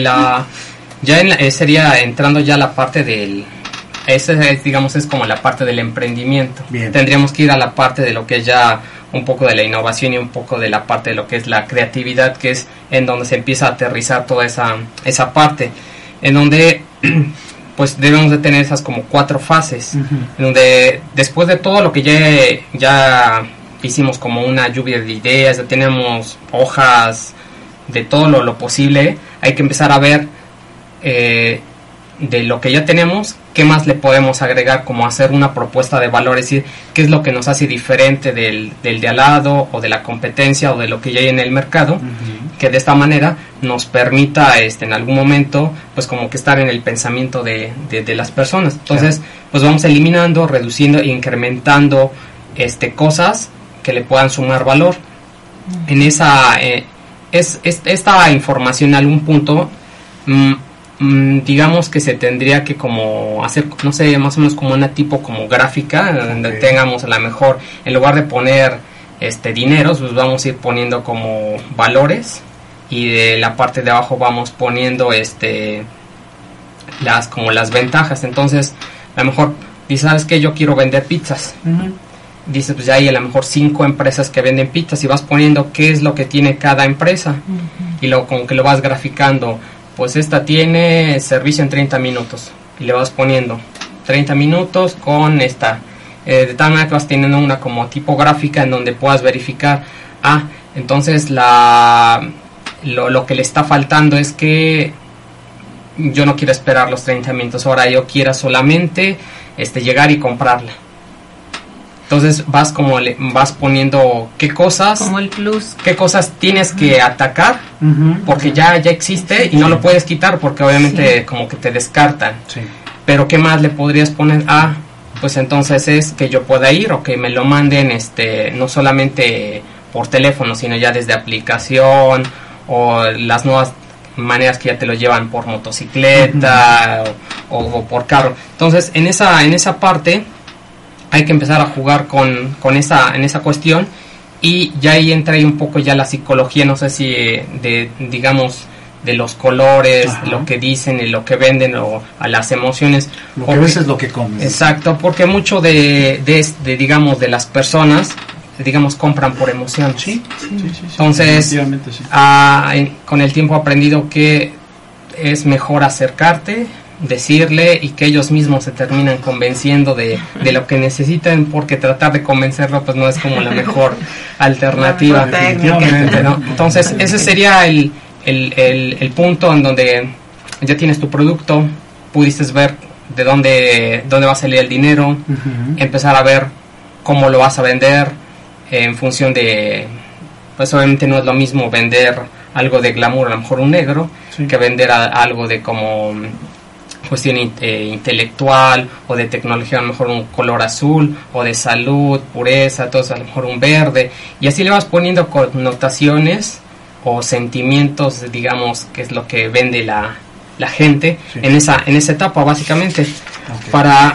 sería entrando ya a la parte del... digamos, es como la parte del emprendimiento. Bien. Tendríamos que ir a la parte de lo que es ya un poco de la innovación y un poco de la parte de lo que es la creatividad, que es en donde se empieza a aterrizar toda esa parte, en donde pues debemos de tener esas como 4 fases, en donde después de todo lo que ya hicimos como una lluvia de ideas, ya tenemos hojas de todo lo posible, hay que empezar a ver de lo que ya tenemos, qué más le podemos agregar, como hacer una propuesta de valor, es decir, qué es lo que nos hace diferente del de al lado, o de la competencia, o de lo que ya hay en el mercado, que de esta manera nos permita en algún momento pues como que estar en el pensamiento de las personas. Entonces pues vamos eliminando, reduciendo e incrementando cosas que le puedan sumar valor. En esa esta información, en algún punto digamos que se tendría que como hacer, no sé, más o menos como una tipo como gráfica, donde tengamos a lo mejor, en lugar de poner dineros, pues vamos a ir poniendo como valores, y de la parte de abajo vamos poniendo las ventajas. Entonces a lo mejor dices, ¿sabes qué? Yo quiero vender pizzas. Dices, pues ya hay a lo mejor 5 empresas que venden pizzas, y vas poniendo qué es lo que tiene cada empresa, y luego como que lo vas graficando. Pues esta tiene servicio en 30 minutos, y le vas poniendo 30 minutos con esta, de tal manera que vas teniendo una como tipográfica en donde puedas verificar, entonces lo que le está faltando es que yo no quiero esperar los 30 minutos, ahora yo quiero solamente llegar y comprarla. Entonces vas poniendo qué cosas, como el plus, qué cosas tienes que atacar, porque ya existe y no lo puedes quitar, porque obviamente como que te descartan. Pero qué más le podrías poner, pues entonces es que yo pueda ir, o que me lo manden no solamente por teléfono, sino ya desde aplicación, o las nuevas maneras que ya te lo llevan por motocicleta o por carro. Entonces en esa parte hay que empezar a jugar con esa cuestión, y ya ahí entra ahí un poco ya la psicología, no sé si digamos de los colores, lo que dicen y lo que venden, o a las emociones. Lo que ves es lo que comes. Exacto, porque mucho de digamos de las personas, digamos, compran por emoción. Sí. Entonces, sí. Con el tiempo he aprendido que es mejor acercarte, decirle, y que ellos mismos se terminan convenciendo de lo que necesitan, porque tratar de convencerlo pues no es como la mejor alternativa. Definitivamente, ¿no? Entonces ese sería el punto en donde ya tienes tu producto, pudiste ver de dónde va a salir el dinero, empezar a ver cómo lo vas a vender, en función de, pues obviamente no es lo mismo vender algo de glamour, a lo mejor un negro, que vender algo de como cuestión intelectual, o de tecnología, a lo mejor un color azul, o de salud, pureza, entonces a lo mejor un verde, y así le vas poniendo connotaciones o sentimientos, digamos, que es lo que vende la gente en esa etapa, básicamente, para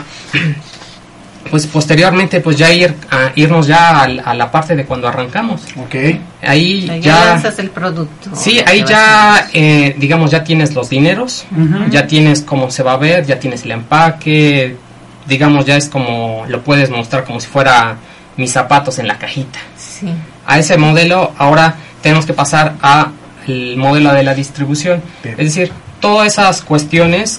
pues posteriormente pues ya irnos ya a la parte de cuando arrancamos. Ahí ya lanzas el producto. Sí, ahí ya digamos ya tienes los dineros, ya tienes cómo se va a ver, ya tienes el empaque, digamos ya es como lo puedes mostrar como si fuera mis zapatos en la cajita. Sí. A ese modelo ahora tenemos que pasar al modelo de la distribución. Bien. Es decir, todas esas cuestiones,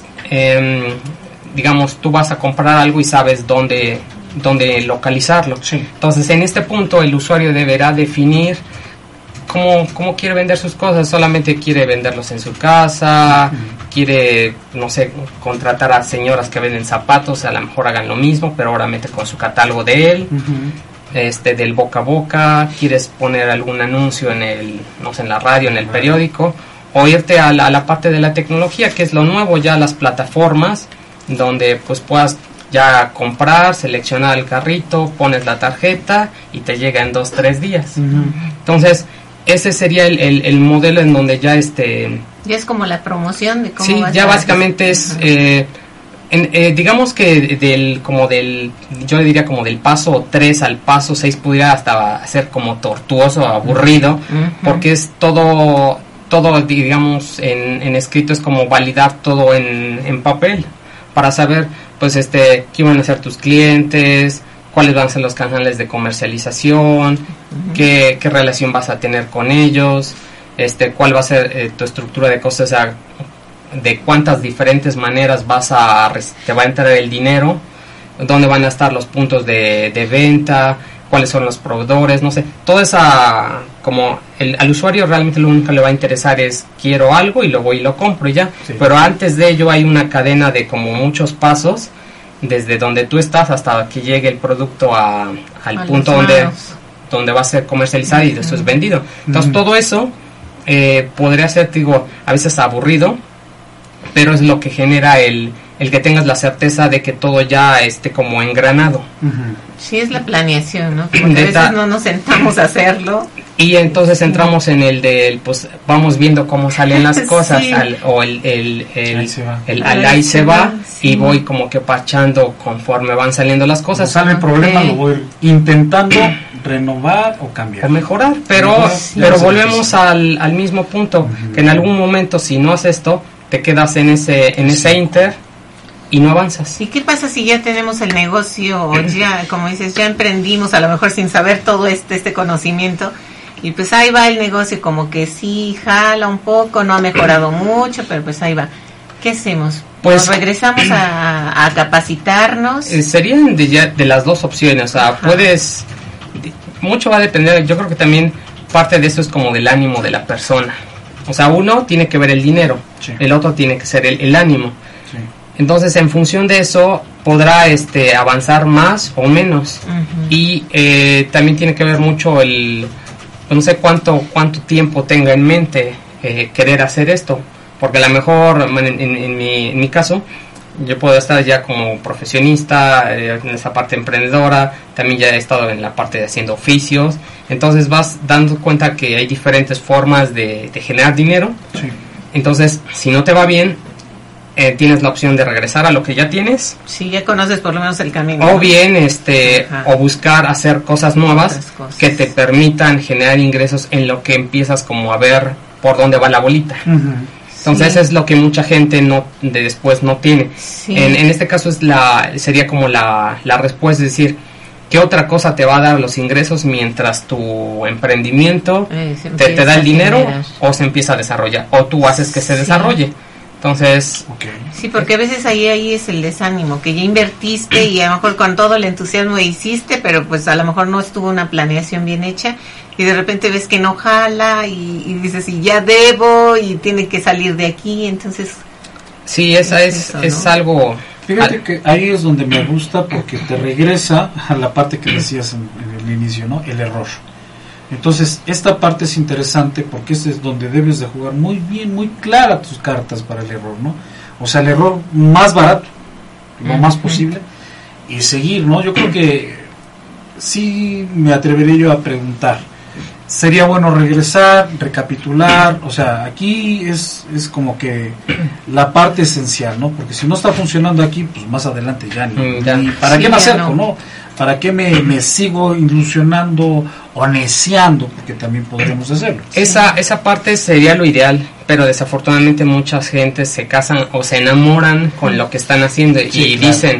digamos, tú vas a comprar algo y sabes dónde localizarlo. Sí. Entonces, en este punto, el usuario deberá definir cómo quiere vender sus cosas. Solamente quiere venderlos en su casa, quiere, no sé, contratar a señoras que venden zapatos, a lo mejor hagan lo mismo, pero ahora mete con su catálogo de él. Del boca a boca, quieres poner algún anuncio en la radio, en el periódico, o irte a la parte de la tecnología, que es lo nuevo, ya las plataformas donde pues puedas ya comprar, seleccionar el carrito, pones la tarjeta y te llega en 2-3 días. Entonces ese sería el modelo en donde ya ya es como la promoción de cómo sí, ya básicamente es digamos que yo diría como del paso 3 al paso 6 pudiera hasta ser como tortuoso, aburrido, porque es todo digamos en escrito, es como validar todo en papel para saber pues qué van a ser tus clientes, cuáles van a ser los canales de comercialización, qué relación vas a tener con ellos, cuál va a ser tu estructura de costos, o sea, de cuántas diferentes maneras te va a entrar el dinero, dónde van a estar los puntos de venta, cuáles son los proveedores, no sé, toda esa, como al usuario realmente lo único que le va a interesar es quiero algo y lo voy y lo compro y ya, sí. Pero antes de ello hay una cadena de como muchos pasos, desde donde tú estás hasta que llegue el producto al punto donde va a ser comercializado y después vendido. Entonces todo eso podría ser, digo, a veces aburrido, pero es lo que genera el que tengas la certeza de que todo ya esté como engranado. Sí, es la planeación, ¿no? Porque a veces no nos sentamos a hacerlo. Y entonces entramos en el del, pues, vamos viendo cómo salen las cosas, sí. Ahí se va, sí. Y voy como que parchando conforme van saliendo las cosas. Cuando sale el problema, lo voy intentando renovar o cambiar. O mejorar, pero volvemos al mismo punto, que en algún momento, si no haces esto, te quedas en ese inter y no avanzas. ¿Y qué pasa si ya tenemos el negocio o ya, como dices, ya emprendimos a lo mejor sin saber todo este conocimiento y pues ahí va el negocio como que sí jala un poco, no ha mejorado mucho, pero pues ahí va? ¿Qué hacemos? Pues ¿nos regresamos a capacitarnos? Serían de las dos opciones, o sea, mucho va a depender, yo creo que también parte de eso es como del ánimo de la persona. O sea, uno tiene que ver el dinero, sí. El otro tiene que ser el ánimo. Sí. Entonces, en función de eso, podrá avanzar más o menos. Y también tiene que ver mucho no sé cuánto tiempo tenga en mente querer hacer esto. Porque a lo mejor, en mi caso, yo puedo estar ya como profesionista, en esa parte emprendedora, también ya he estado en la parte de haciendo oficios, entonces vas dando cuenta que hay diferentes formas de generar dinero, sí. Entonces si no te va bien, tienes la opción de regresar a lo que ya tienes. Sí, ya conoces por lo menos el camino. O bien, o buscar hacer cosas nuevas que te permitan generar ingresos en lo que empiezas como a ver por dónde va la bolita. Entonces sí. Es lo que mucha gente después no tiene. Sí. En este caso sería como la respuesta, es decir, ¿qué otra cosa te va a dar los ingresos mientras tu emprendimiento te da el dinero o se empieza a desarrollar? O tú haces que se desarrolle. Entonces... Sí, porque a veces ahí es el desánimo, que ya invertiste y a lo mejor con todo el entusiasmo hiciste, pero pues a lo mejor no estuvo una planeación bien hecha y de repente ves que no jala y dices, y ya debo y tiene que salir de aquí, entonces... Sí, es algo... Fíjate que ahí es donde me gusta porque te regresa a la parte que decías en el inicio, ¿no? El error. Entonces, esta parte es interesante porque es donde debes de jugar muy bien, muy clara tus cartas para el error, ¿no? O sea, el error más barato, lo más posible, y seguir, ¿no? Yo creo que sí me atrevería yo a preguntar. Sería bueno regresar, recapitular, o sea, aquí es como que la parte esencial, ¿no? Porque si no está funcionando aquí, pues más adelante ya ni ¿para qué me acerco, no? ¿Para qué me sigo ilusionando o neciando? Porque también podríamos hacerlo. Esa parte sería lo ideal, pero desafortunadamente muchas gentes se casan o se enamoran con lo que están haciendo y claro. Dicen,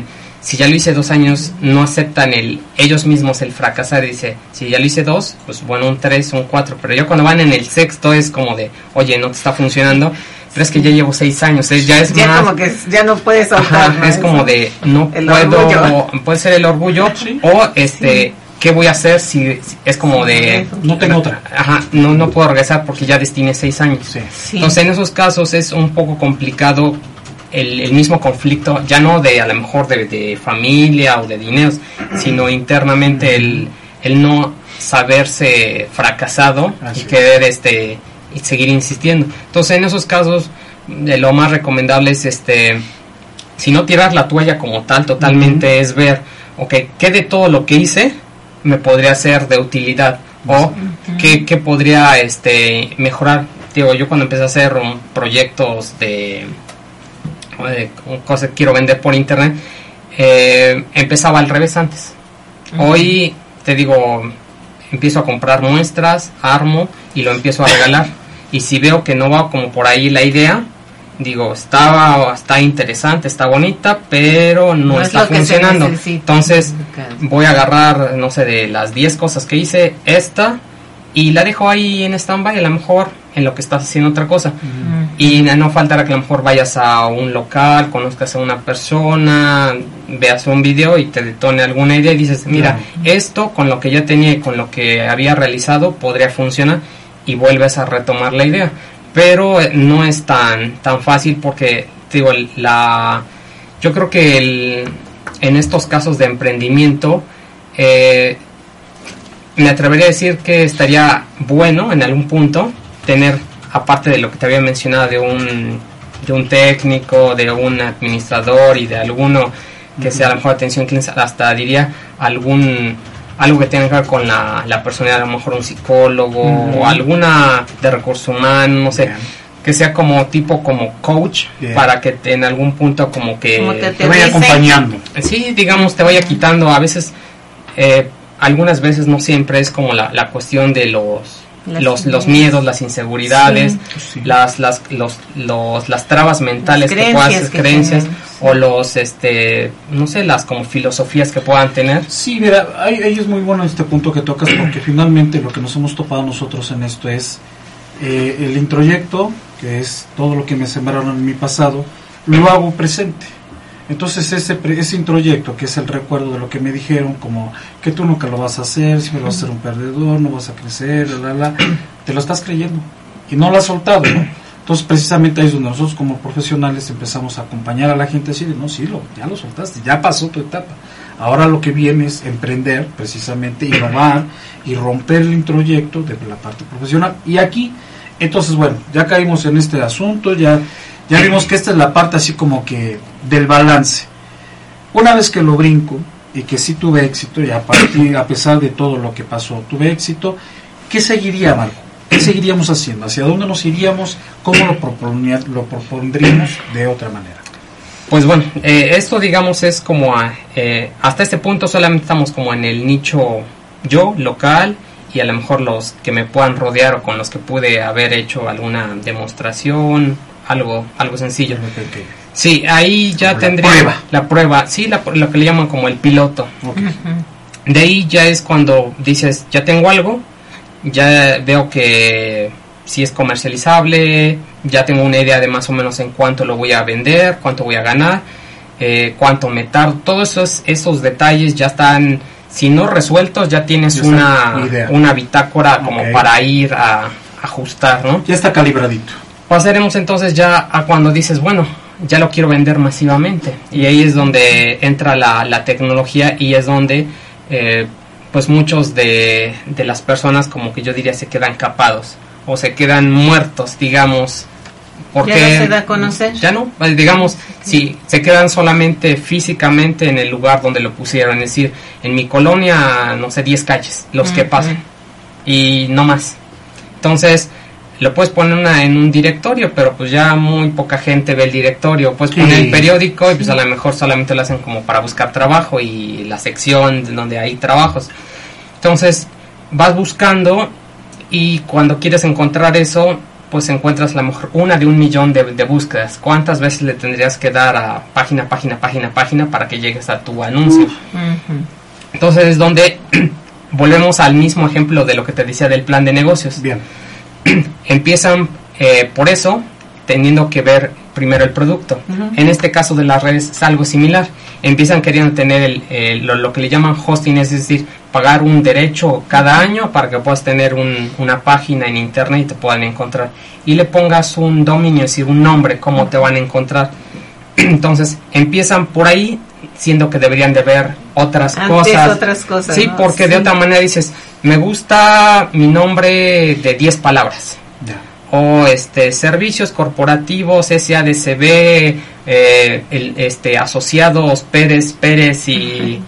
si ya lo hice 2 años, no aceptan ellos mismos el fracasar. Y dice, si ya lo hice 2, pues bueno, un 3, un 4. Pero ya cuando van en el sexto es como de, oye, no te está funcionando. Pero es que ya llevo 6 años, ya es ya más... como que ya no puedes soltar. Ajá, es como de, no el puedo, orgullo. puede ser el orgullo, Sí. o ¿qué voy a hacer si es como de... No tengo otra. Ajá, no puedo regresar porque ya destiné 6 años. Sí. Sí. Entonces en esos casos es un poco complicado el mismo conflicto, ya no de a lo mejor de familia o de dineros, sino internamente el no saberse fracasado Así y querer y seguir insistiendo. Entonces en esos casos lo más recomendable es si no tirar la toalla como tal totalmente, es ver, ok, ¿qué de todo lo que hice me podría ser de utilidad? O ¿qué podría mejorar? Digo, yo cuando empecé a hacer proyectos de cosas que quiero vender por internet, empezaba al revés antes. Hoy te digo, empiezo a comprar muestras, armo y lo empiezo a regalar. Y si veo que no va como por ahí la idea, digo, está interesante, está bonita, pero no es está lo que se funcionando. necesita. Entonces voy a agarrar, no sé, de las 10 cosas que hice, esta, y la dejo ahí en stand-by, a lo mejor en lo que estás haciendo otra cosa. Y no faltará que a lo mejor vayas a un local, conozcas a una persona, veas un video y te detone alguna idea y dices, mira, esto con lo que ya tenía y con lo que había realizado podría funcionar, y vuelves a retomar la idea. Pero no es tan fácil porque, digo, yo creo que en estos casos de emprendimiento, me atrevería a decir que estaría bueno en algún punto tener, aparte de lo que te había mencionado de un técnico, de un administrador y de alguno que sea a lo mejor atención cliente, hasta diría algo que tenga que ver con la personalidad, a lo mejor un psicólogo o alguna de recursos humanos, no sé, que sea como tipo como coach, para que en algún punto como que te vaya acompañando. Sí, digamos, te vaya quitando a veces, algunas veces, no siempre, es como la cuestión de los miedos, las inseguridades, Sí. las trabas mentales que puedan ser, creencias, o no sé, las como filosofías que puedan tener. Sí, mira, ahí es muy bueno este punto que tocas, porque finalmente lo que nos hemos topado nosotros en esto es el introyecto, que es todo lo que me sembraron en mi pasado, lo hago presente. Entonces ese introyecto, que es el recuerdo de lo que me dijeron, como que tú nunca lo vas a hacer, siempre vas a ser un perdedor, no vas a crecer, te lo estás creyendo y no lo has soltado, ¿no? Entonces precisamente ahí es donde nosotros como profesionales empezamos a acompañar a la gente así de, no, sí, ya lo soltaste, ya pasó tu etapa. Ahora lo que viene es emprender, precisamente innovar y romper el introyecto de la parte profesional. Y aquí, entonces bueno, ya caímos en este asunto, ya vimos que esta es la parte así como que del balance. Una vez que lo brinco y que sí tuve éxito, y a pesar de todo lo que pasó, tuve éxito, ¿qué seguiría, Marco? ¿Qué seguiríamos haciendo? ¿Hacia dónde nos iríamos? ¿Cómo lo propondríamos de otra manera? Pues bueno, esto digamos es como hasta este punto solamente estamos como en el nicho local, y a lo mejor los que me puedan rodear o con los que pude haber hecho alguna demostración, algo sencillo. Sí, ahí ya como tendría la prueba, sí, lo que le llaman como el piloto. Okay. De ahí ya es cuando dices, ya tengo algo, ya veo que si es comercializable, ya tengo una idea de más o menos en cuánto lo voy a vender, cuánto voy a ganar, cuánto me tardo, todos esos detalles ya están, si no resueltos, ya tienes una bitácora como para ir a ajustar, ¿no? Ya está calibradito. Pasaremos entonces ya a cuando dices, bueno, ya lo quiero vender masivamente, y ahí es donde entra la tecnología, y es donde pues muchos de las personas, como que yo diría, se quedan capados o se quedan muertos, digamos, porque ya no se da a conocer. Ya no, digamos, sí, se quedan solamente físicamente en el lugar donde lo pusieron, es decir, en mi colonia, no sé, 10 calles, los que pasan, y no más. Entonces lo puedes poner en un directorio, pero pues ya muy poca gente ve el directorio. Puedes poner el periódico, y pues a lo mejor solamente lo hacen como para buscar trabajo, y la sección donde hay trabajos. Entonces vas buscando, y cuando quieres encontrar eso, pues encuentras a lo mejor una de 1,000,000 de búsquedas. ¿Cuántas veces le tendrías que dar a página para que llegues a tu anuncio? Entonces es donde volvemos al mismo ejemplo de lo que te decía del plan de negocios. Bien. Empiezan por eso teniendo que ver primero el producto. En este caso de las redes es algo similar. Empiezan queriendo tener lo que le llaman hosting, es decir, pagar un derecho cada año para que puedas tener una página en internet y te puedan encontrar. Y le pongas un dominio, es decir, un nombre, cómo te van a encontrar. Entonces empiezan por ahí, siendo que deberían de ver otras cosas. Sí, ¿no? Porque de otra manera dices, me gusta mi nombre de 10 palabras. O servicios corporativos SADCB, asociados Pérez y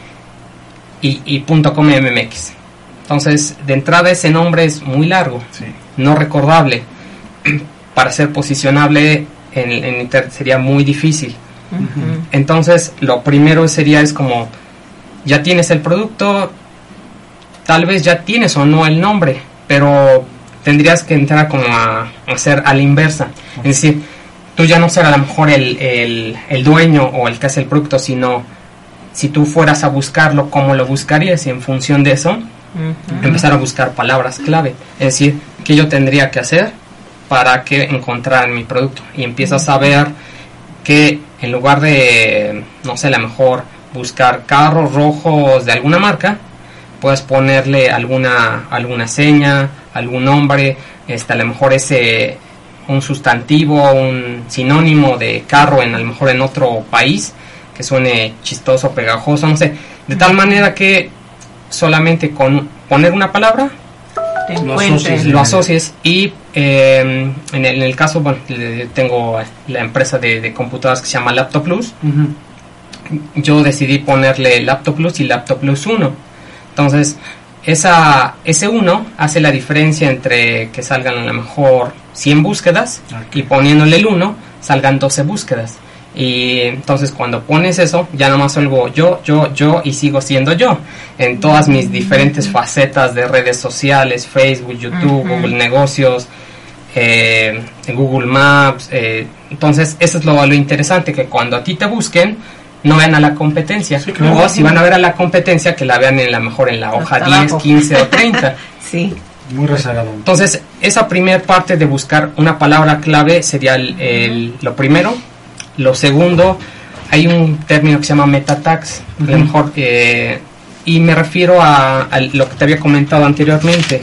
.com.mx. Entonces, de entrada ese nombre es muy largo, no recordable. Para ser posicionable en internet sería muy difícil. Entonces, lo primero es como, ya tienes el producto, tal vez ya tienes o no el nombre, pero tendrías que entrar como a hacer a la inversa. Es decir, tú ya no ser a lo mejor el dueño o el que hace el producto, sino si tú fueras a buscarlo, ¿cómo lo buscarías? Y en función de eso, empezar a buscar palabras clave. Es decir, ¿qué yo tendría que hacer para que encontraran mi producto? Y empiezas a ver que en lugar de, no sé, a lo mejor buscar carros rojos de alguna marca, puedes ponerle alguna seña, algún nombre, a lo mejor un sustantivo, un sinónimo de carro a lo mejor en otro país, que suene chistoso, pegajoso, no sé, de tal manera que solamente con poner una palabra lo asocies. Y en el caso, bueno, tengo la empresa de computadoras que se llama Laptop Plus. Yo decidí ponerle Laptop Plus y Laptop Plus 1. Entonces, ese 1 hace la diferencia entre que salgan a lo mejor 100 búsquedas y poniéndole el 1 salgan 12 búsquedas. Y entonces cuando pones eso, ya nomás salgo yo y sigo siendo yo en todas mis diferentes facetas de redes sociales, Facebook, YouTube, Google Negocios, Google Maps. Entonces eso es lo interesante, que cuando a ti te busquen, no vean a la competencia. Sí, claro. O si van a ver a la competencia, que la vean a lo mejor en la hoja 10, 15 o 30. Sí. Muy rezagado. Entonces, esa primera parte de buscar una palabra clave sería lo primero. Lo segundo, hay un término que se llama meta tags. A lo mejor, y me refiero a lo que te había comentado anteriormente.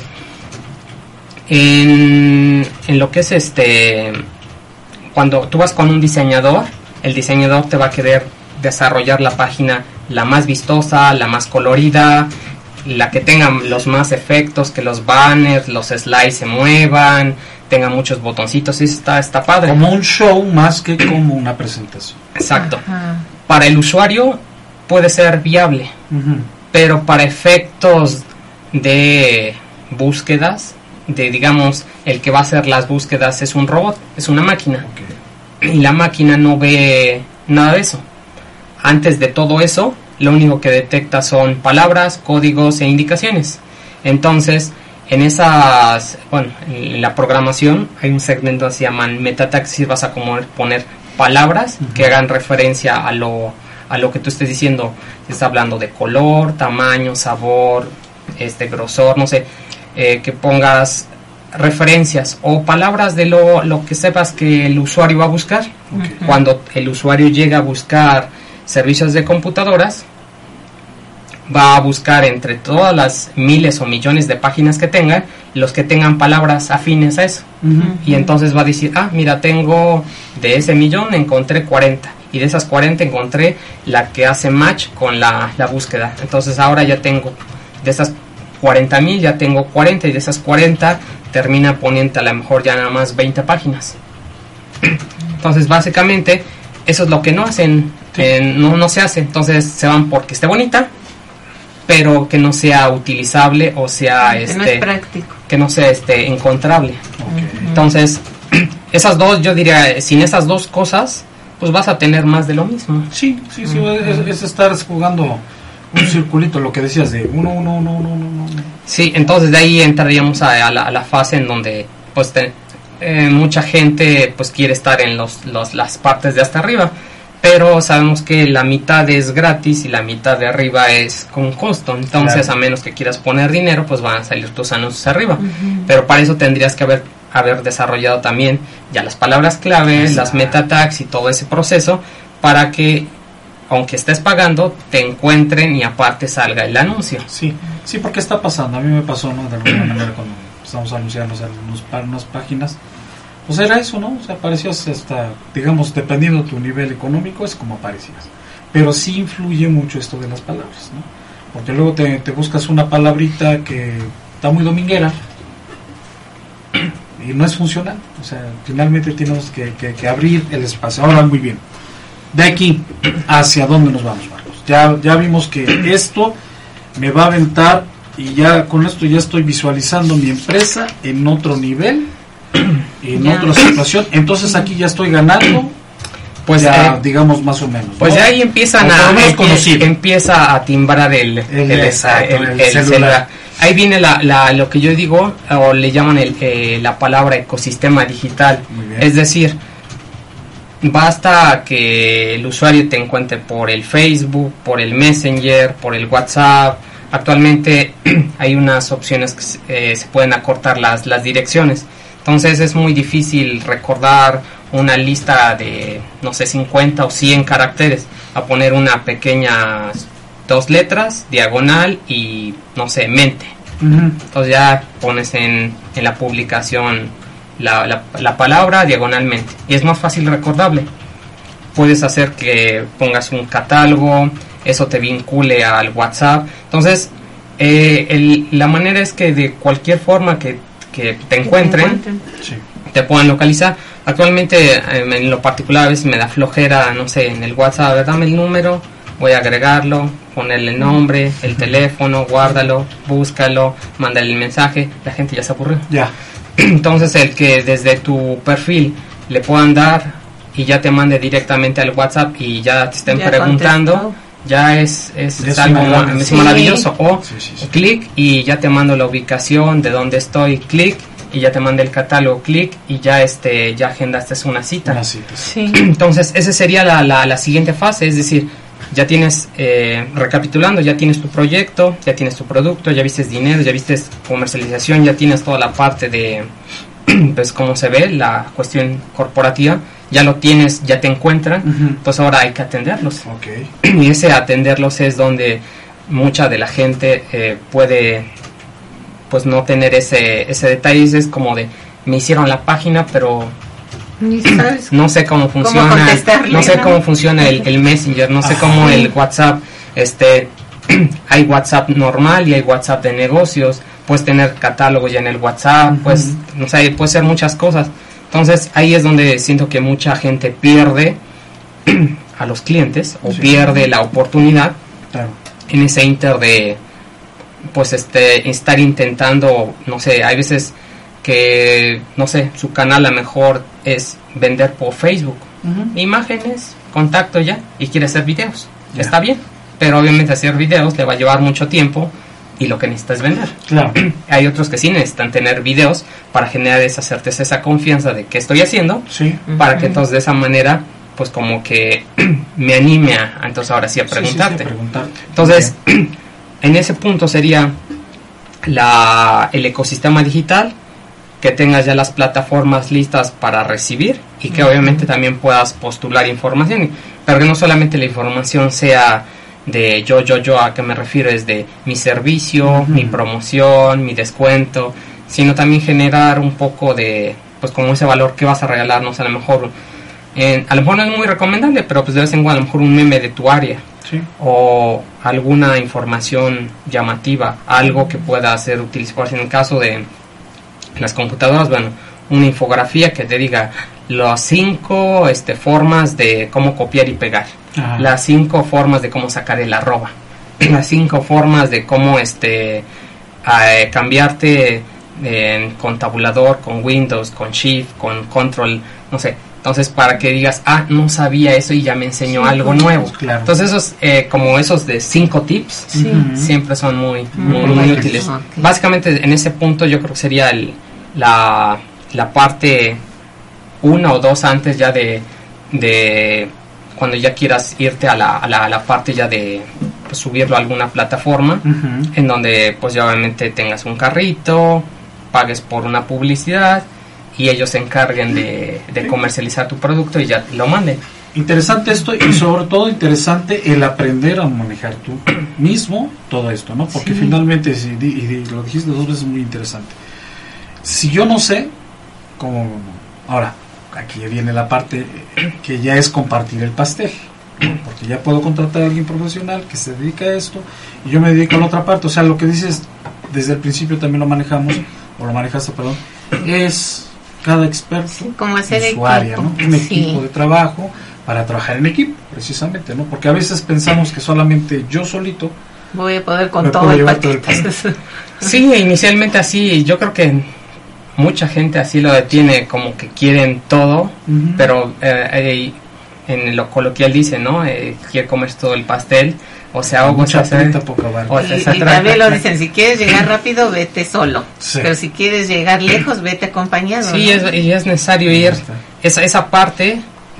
En lo que es cuando tú vas con un diseñador, el diseñador te va a querer desarrollar la página la más vistosa, la más colorida, la que tenga los más efectos, que los banners, los slides se muevan, tenga muchos botoncitos, y está padre. Como un show más que como una presentación. Exacto. Para el usuario puede ser viable, pero para efectos de búsquedas, digamos, el que va a hacer las búsquedas es un robot, es una máquina. Y la máquina no ve nada de eso. Antes de todo eso, lo único que detecta son palabras, códigos e indicaciones. Entonces, en la programación hay un segmento que se llaman meta tags, y vas a poner palabras que hagan referencia a lo que tú estés diciendo. Si estás hablando de color, tamaño, sabor, grosor, no sé, que pongas referencias o palabras de lo que sepas que el usuario va a buscar. Cuando el usuario llega a buscar servicios de computadoras, va a buscar entre todas las miles o millones de páginas que tengan, los que tengan palabras afines a eso. Y entonces va a decir, mira, tengo de ese millón encontré 40, y de esas 40 encontré la que hace match con la búsqueda. Entonces ahora ya tengo, de esas 40,000 ya tengo 40, y de esas 40 termina poniendo a lo mejor ya nada más 20 páginas. Entonces básicamente eso es lo que no hacen, no se hace. Entonces se van porque esté bonita, pero que no sea utilizable, o sea que no es práctico, que no sea encontrable. Entonces esas dos, yo diría, sin esas dos cosas, pues vas a tener más de lo mismo. Sí, es estar jugando un circulito, lo que decías de uno. Sí, entonces de ahí entraríamos a la fase en donde pues mucha gente pues quiere estar en las partes de hasta arriba, pero sabemos que la mitad es gratis y la mitad de arriba es con costo. Entonces, a menos que quieras poner dinero, pues van a salir tus anuncios arriba. Pero para eso tendrías que haber desarrollado también ya las palabras clave, las meta tags y todo ese proceso, para que aunque estés pagando, te encuentren y aparte salga el anuncio. Sí, porque está pasando. A mí me pasó, ¿no? De alguna manera cuando estamos anunciando en unas páginas, pues era eso, ¿no? O sea, aparecías hasta, digamos, dependiendo de tu nivel económico, es como aparecías. Pero sí influye mucho esto de las palabras, ¿no? Porque luego te buscas una palabrita que está muy dominguera y no es funcional. O sea, finalmente tenemos que abrir el espacio. Ahora, muy bien. De aquí, ¿hacia dónde nos vamos, Marcos? Ya vimos que esto me va a aventar y ya con esto ya estoy visualizando mi empresa en otro nivel, en otra situación. Entonces aquí ya estoy ganando, pues ya, digamos, más o menos, ¿no? Pues ya ahí empieza a timbrar el celular. Ahí viene lo que yo digo, o le llaman la palabra ecosistema digital. Es decir, basta que el usuario te encuentre por el Facebook, por el Messenger, por el WhatsApp. Actualmente hay unas opciones que se pueden acortar las direcciones. Entonces es muy difícil recordar una lista de, no sé, 50 o 100 caracteres. A poner una pequeña 2 letras, diagonal y, no sé, mente. Entonces ya pones en la publicación la palabra diagonalmente y es más fácil recordable. Puedes hacer que pongas un catálogo, eso te vincule al WhatsApp. Entonces la manera es que de cualquier forma que te encuentren, te puedan localizar. Actualmente en lo particular a veces me da flojera, no sé, en el WhatsApp, dame el número, voy a agregarlo, ponerle el nombre, el teléfono, guárdalo, búscalo, mándale el mensaje. La gente ya se aburrió. Entonces el que desde tu perfil le puedan dar y ya te mande directamente al WhatsApp y ya te estén preguntando, ya es algo maravilloso. O clic y ya te mando la ubicación de donde estoy, clic y ya te manda el catálogo, clic y ya agendaste una cita. Entonces esa sería la siguiente fase, es decir, ya tienes, recapitulando, ya tienes tu proyecto, ya tienes tu producto, ya viste dinero, ya viste comercialización, ya tienes toda la parte de, pues, cómo se ve, la cuestión corporativa, ya lo tienes, ya te encuentran, pues ahora hay que atenderlos. Y ese atenderlos es donde mucha de la gente puede, pues, no tener ese detalle. Es como de, me hicieron la página, pero no sé cómo funciona, no sé cómo funciona el Messenger, no sé cómo el WhatsApp, hay WhatsApp normal y hay WhatsApp de negocios, puedes tener catálogo ya en el WhatsApp, pues, no sé, puede ser muchas cosas. Entonces ahí es donde siento que mucha gente pierde a los clientes o pierde la oportunidad en ese inter de, pues, estar intentando, no sé, hay veces que, no sé, su canal a lo mejor es vender por Facebook, imágenes, contacto ya, y quiere hacer videos, está bien, pero obviamente hacer videos le va a llevar mucho tiempo y lo que necesita es vender. Hay otros que sí necesitan tener videos para generar esa certeza, esa confianza de qué estoy haciendo, para que entonces de esa manera, pues, como que me anime a entonces ahora sí a preguntarte. Entonces, en ese punto sería el ecosistema digital, que tengas ya las plataformas listas para recibir y que obviamente también puedas postular información, pero que no solamente la información sea de yo, a qué me refiero, es de mi servicio, mi promoción, mi descuento, sino también generar un poco de, pues, como ese valor que vas a regalarnos. A lo mejor no es muy recomendable, pero pues de vez en cuando a lo mejor un meme de tu área, o alguna información llamativa, algo que pueda ser utilizado en el caso de las computadoras, bueno, una infografía que te diga las 5 formas de cómo copiar y pegar, las 5 formas de cómo sacar el arroba, las 5 formas de cómo cambiarte con tabulador, con Windows, con Shift, con Control, no sé. Entonces, para que digas, no sabía eso y ya me enseñó algo nuevo. Entonces, esos como esos de 5 tips siempre son muy útiles. Básicamente, en ese punto yo creo que sería la la parte 1 o 2 antes ya de cuando ya quieras irte a la parte ya de pues, subirlo a alguna plataforma, en donde pues ya obviamente tengas un carrito, pagues por una publicidad y ellos se encarguen de comercializar tu producto y ya te lo manden. Interesante esto, y sobre todo interesante el aprender a manejar tú mismo todo esto, ¿no? Porque finalmente, y lo dijiste 2 veces, muy interesante. Si yo no sé, como ahora, aquí viene la parte que ya es compartir el pastel, porque ya puedo contratar a alguien profesional que se dedica a esto y yo me dedico a la otra parte. O sea, lo que dices desde el principio también lo manejamos, o lo manejaste, perdón, es cada experto, como hacer su área, ¿no? Un equipo de trabajo para trabajar en equipo, precisamente, ¿no? Porque a veces pensamos que solamente yo solito voy a poder con todo el paquete. Sí, inicialmente así, yo creo que mucha gente así lo detiene, como que quieren todo, pero en lo coloquial dice, ¿no? Quiere comer todo el pastel, o sea, mucha treta, poca barba. Y también lo dicen, si quieres llegar rápido, vete solo, pero si quieres llegar lejos, vete acompañado. Sí, ¿no? Y es necesario ir, esa parte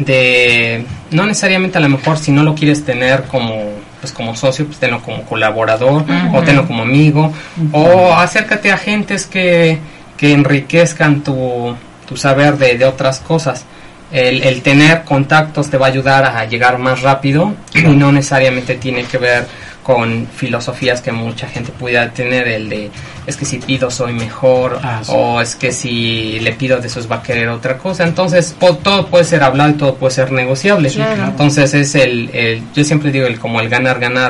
de, no necesariamente a lo mejor si no lo quieres tener como socio, pues tenlo como colaborador, o tenlo como amigo, o acércate a gentes que enriquezcan tu saber de otras cosas. El tener contactos te va a ayudar a llegar más rápido, y no necesariamente tiene que ver con filosofías que mucha gente pudiera tener, el de es que si pido soy mejor, o es que si le pido de esos va a querer otra cosa. Entonces todo puede ser hablado y todo puede ser negociable. Entonces es yo siempre digo como el ganar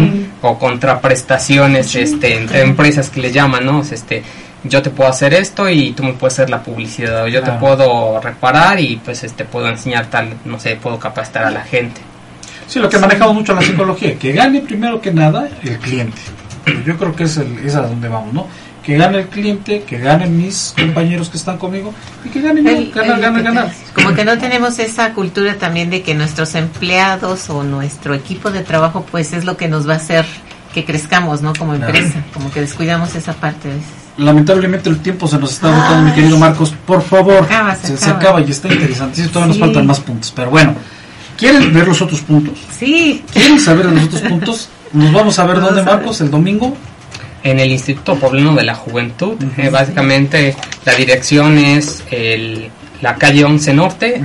o contraprestaciones entre empresas que le llaman, ¿no? Yo te puedo hacer esto y tú me puedes hacer la publicidad, o yo te puedo reparar y pues puedo enseñar tal, no sé, puedo capacitar a la gente. Sí, lo que manejamos mucho en la psicología, que gane primero que nada el cliente. Yo creo que es a donde vamos, ¿no? Que gane el cliente, que ganen mis compañeros que están conmigo y que ganen ganar. Como que no tenemos esa cultura también de que nuestros empleados o nuestro equipo de trabajo pues es lo que nos va a hacer que crezcamos, ¿no? Como empresa, como que descuidamos esa parte a veces. Lamentablemente el tiempo se nos está agotando, mi querido Marcos. Por favor, se acaba y está interesante. Todavía nos faltan más puntos, pero bueno. ¿Quieren ver los otros puntos? Sí. ¿Quieren saber los otros puntos? Nos vamos a ver dónde, Marcos, el domingo. En el Instituto Poblano de la Juventud. Básicamente la dirección es la calle 11 Norte,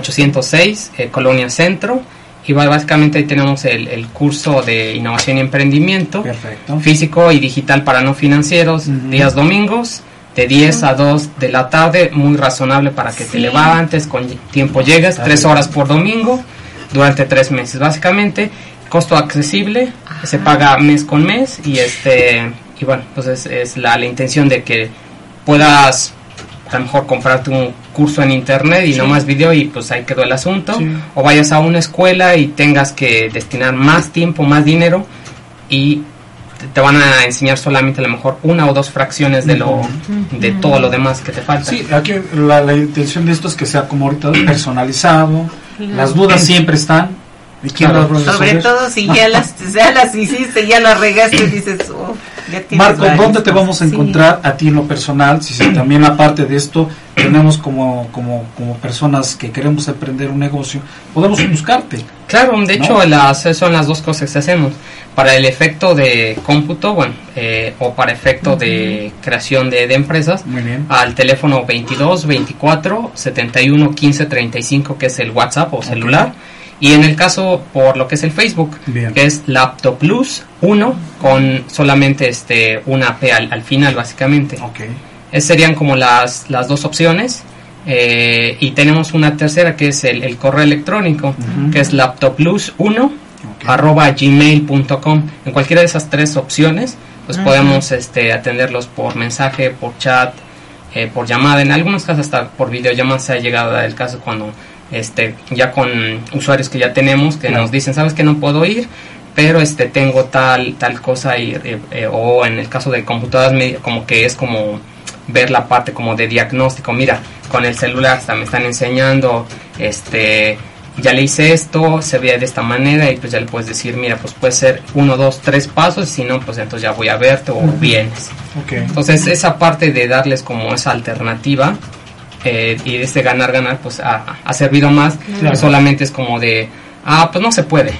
806, Colonia Centro. Y básicamente ahí tenemos el curso de innovación y emprendimiento. Perfecto. Físico y digital para no financieros, días domingos, de 10 a 2 de la tarde, muy razonable para que te levantes, con tiempo llegas, 3 horas por domingo, durante 3 meses. Básicamente, costo accesible, se paga mes con mes, y bueno, pues es la intención de que puedas a lo mejor comprarte un curso en internet y no más video, y pues ahí quedó el asunto, o vayas a una escuela y tengas que destinar más tiempo, más dinero, y te van a enseñar solamente a lo mejor 1 o 2 fracciones de todo lo demás que te falta. Sí, aquí la intención de esto es que sea como ahorita personalizado, las dudas siempre están. ¿Y quién las sobre todo si ya las hiciste, ya las regaste y dices, Marco, ¿dónde te vamos a encontrar a ti en lo personal? Si también aparte de esto tenemos como personas que queremos emprender un negocio, podemos buscarte. Claro, de hecho son las dos cosas que hacemos. Para el efecto de cómputo, o para efecto de creación de empresas, muy bien, al teléfono 22 24 71 15 35, que es el WhatsApp o celular. Y en el caso por lo que es el Facebook, que es Laptoplus 1, con solamente una P al final, básicamente. Esas serían como las dos opciones. Y tenemos una tercera, que es el correo electrónico, que es laptoplus1 @gmail.com. En cualquiera de esas 3 opciones pues podemos atenderlos por mensaje, por chat, por llamada. En algunos casos hasta por videollamada se ha llegado a dar el caso, cuando ya con usuarios que ya tenemos, que nos dicen, sabes que no puedo ir, pero tengo tal cosa, o en el caso de computadoras, como que es como ver la parte como de diagnóstico. Mira, con el celular hasta me están enseñando, ya le hice esto, se ve de esta manera, y pues ya le puedes decir, mira, pues puede ser 1, 2, 3 pasos, y si no, pues entonces ya voy a verte o vienes. Entonces esa parte de darles como esa alternativa y este ganar pues ha servido más. Claro. Solamente es como de, pues no se puede.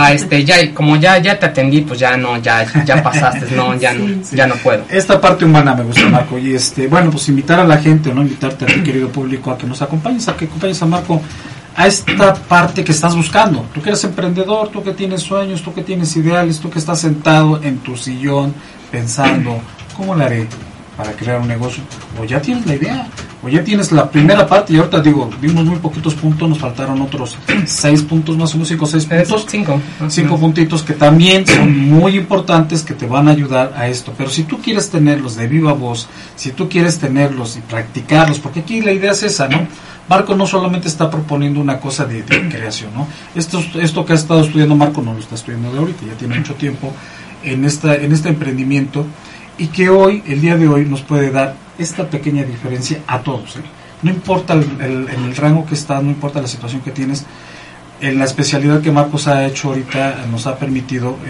Como ya te atendí, pues ya pasaste, ya no puedo. Esta parte humana me gusta, Marco, y bueno, pues invitar a la gente, ¿no? Invitarte a ti, querido público, a que nos acompañes, a Marco a esta parte que estás buscando. Tú que eres emprendedor, tú que tienes sueños, tú que tienes ideales, tú que estás sentado en tu sillón pensando, ¿cómo le haré para crear un negocio? O ya tienes la idea, o ya tienes la primera parte, y ahorita vimos muy poquitos puntos, nos faltaron otros 6 puntos más o menos, 5 o 6 puntos. 5 puntitos que también son muy importantes, que te van a ayudar a esto. Pero si tú quieres tenerlos de viva voz, si tú quieres tenerlos y practicarlos, porque aquí la idea es esa, ¿no? Marco no solamente está proponiendo una cosa de creación, ¿no? Esto que ha estado estudiando Marco no lo está estudiando de ahorita, ya tiene mucho tiempo en este emprendimiento, y que el día de hoy, nos puede dar esta pequeña diferencia a todos, ¿eh? No importa el rango que estás, no importa la situación que tienes, en la especialidad que Marcos ha hecho ahorita nos ha permitido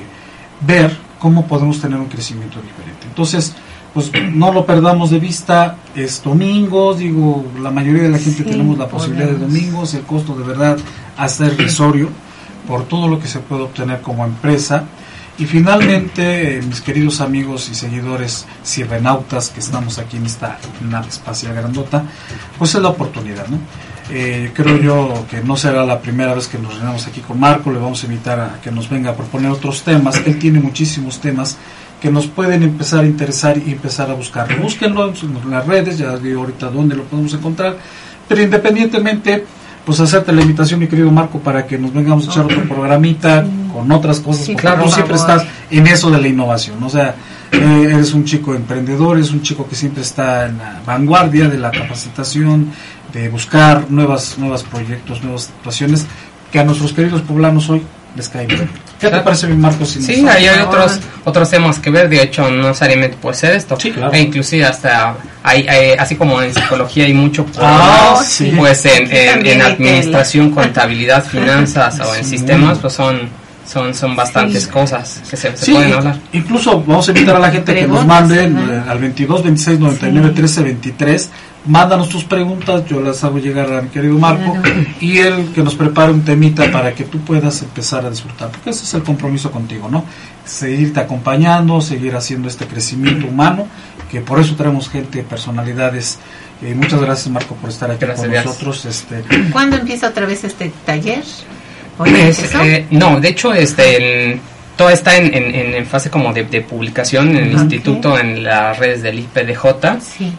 ver cómo podemos tener un crecimiento diferente. Entonces, pues no lo perdamos de vista. Es domingos, la mayoría de la gente tenemos la posibilidad de domingos, el costo de verdad hace irrisorio por todo lo que se puede obtener como empresa. Y finalmente, mis queridos amigos y seguidores cibenautas que estamos aquí en esta nave espacial grandota, pues es la oportunidad, ¿no? Creo yo que no será la primera vez que nos reunimos aquí con Marco. Le vamos a invitar a que nos venga a proponer otros temas. Él tiene muchísimos temas que nos pueden empezar a interesar y empezar a buscar. Búsquenlo en las redes, ya digo ahorita dónde lo podemos encontrar, pero independientemente, pues hacerte la invitación, mi querido Marco, para que nos vengamos a echar otro programita con otras cosas, porque tú siempre estás en eso de la innovación, ¿no? O sea, eres un chico emprendedor, eres un chico que siempre está en la vanguardia de la capacitación, de buscar nuevos proyectos, nuevas situaciones que a nuestros queridos poblanos hoy les caen bien. ¿Qué te parece bien, Marcos? Sí, ahí hay otros temas que ver. De hecho, no necesariamente puede ser esto. Sí, claro. E inclusive hasta hay así como en psicología hay mucho sí. Pues en administración, contabilidad, finanzas o en sistemas, pues son bastantes cosas que se pueden hablar. Incluso vamos a invitar a la gente que nos mande al 22 26 99 13 23. Mándanos tus preguntas, yo las hago llegar a mi querido Marco, y él que nos prepare un temita para que tú puedas empezar a disfrutar, porque ese es el compromiso contigo, ¿no? Seguirte acompañando, seguir haciendo este crecimiento humano, que por eso tenemos gente, personalidades. Muchas gracias, Marco, por estar aquí con nosotros. ¿Cuándo empieza otra vez este taller? No, de hecho, todo está en fase como de publicación en el instituto, en las redes del IPDJ. Sí.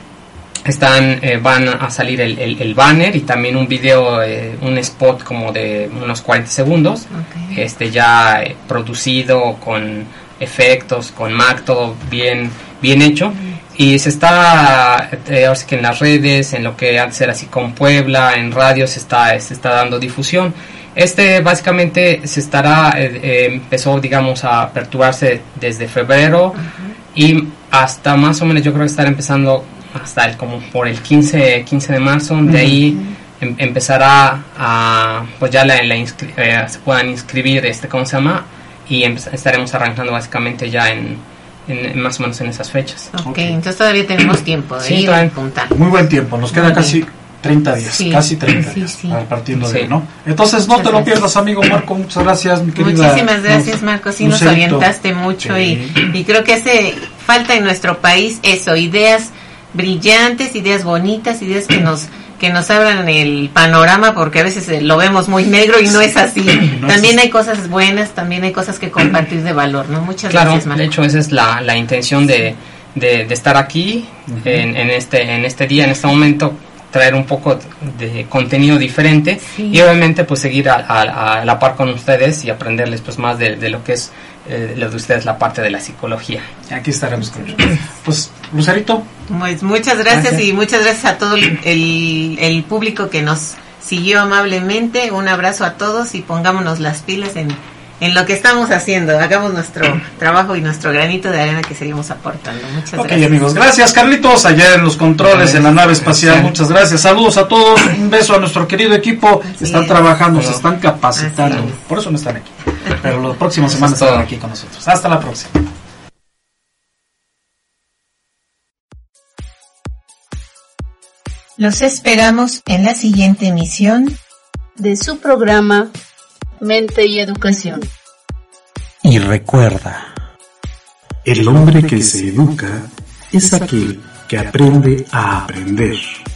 Van a salir el banner y también un video, un spot como de unos 40 segundos, ya producido con efectos, con Mac, todo bien hecho. Y se está, ahora sí que en las redes, en lo que antes era así con Puebla, en radio se está dando difusión. Básicamente empezó, digamos, a aperturarse desde febrero y hasta más o menos yo creo que estará empezando hasta como por el 15 de marzo, de ahí empezará a, pues ya se puedan inscribir, ¿cómo se llama? Y estaremos arrancando básicamente ya en más o menos en esas fechas. Okay. Entonces todavía tenemos tiempo de ir apuntando. Muy buen tiempo, nos queda casi 30 días, casi 30 días, partiendo de, ¿no? Entonces no te lo pierdas, amigo Marco, muchas gracias, mi querida. Muchísimas gracias, Marco, sí nos orientaste mucho y creo que hace falta en nuestro país eso, ideas brillantes, ideas bonitas, ideas que nos abran el panorama, porque a veces lo vemos muy negro y no es así. También hay cosas buenas, también hay cosas que compartir de valor, ¿no? Muchas gracias, Marco. De hecho, esa es la intención de estar aquí en este día, en este momento, traer un poco de contenido diferente y obviamente pues seguir a la par con ustedes y aprenderles pues más de lo que es lo de ustedes, la parte de la psicología. Aquí estaremos con ellos. Pues, Lucerito. Pues muchas gracias y muchas gracias a todo el público que nos siguió amablemente. Un abrazo a todos y pongámonos las pilas en lo que estamos haciendo. Hagamos nuestro trabajo y nuestro granito de arena que seguimos aportando. Muchas gracias. Ok, amigos, gracias Carlitos, allá en los controles, en la nave espacial. Muchas gracias, saludos a todos, un beso a nuestro querido equipo. Están trabajando, se están capacitando, por eso no están aquí, pero las próximas semanas estarán aquí con nosotros. Hasta la próxima. Los esperamos en la siguiente emisión de su programa Mente y Educación. Y recuerda, el hombre que se educa es aquel que aprende a aprender.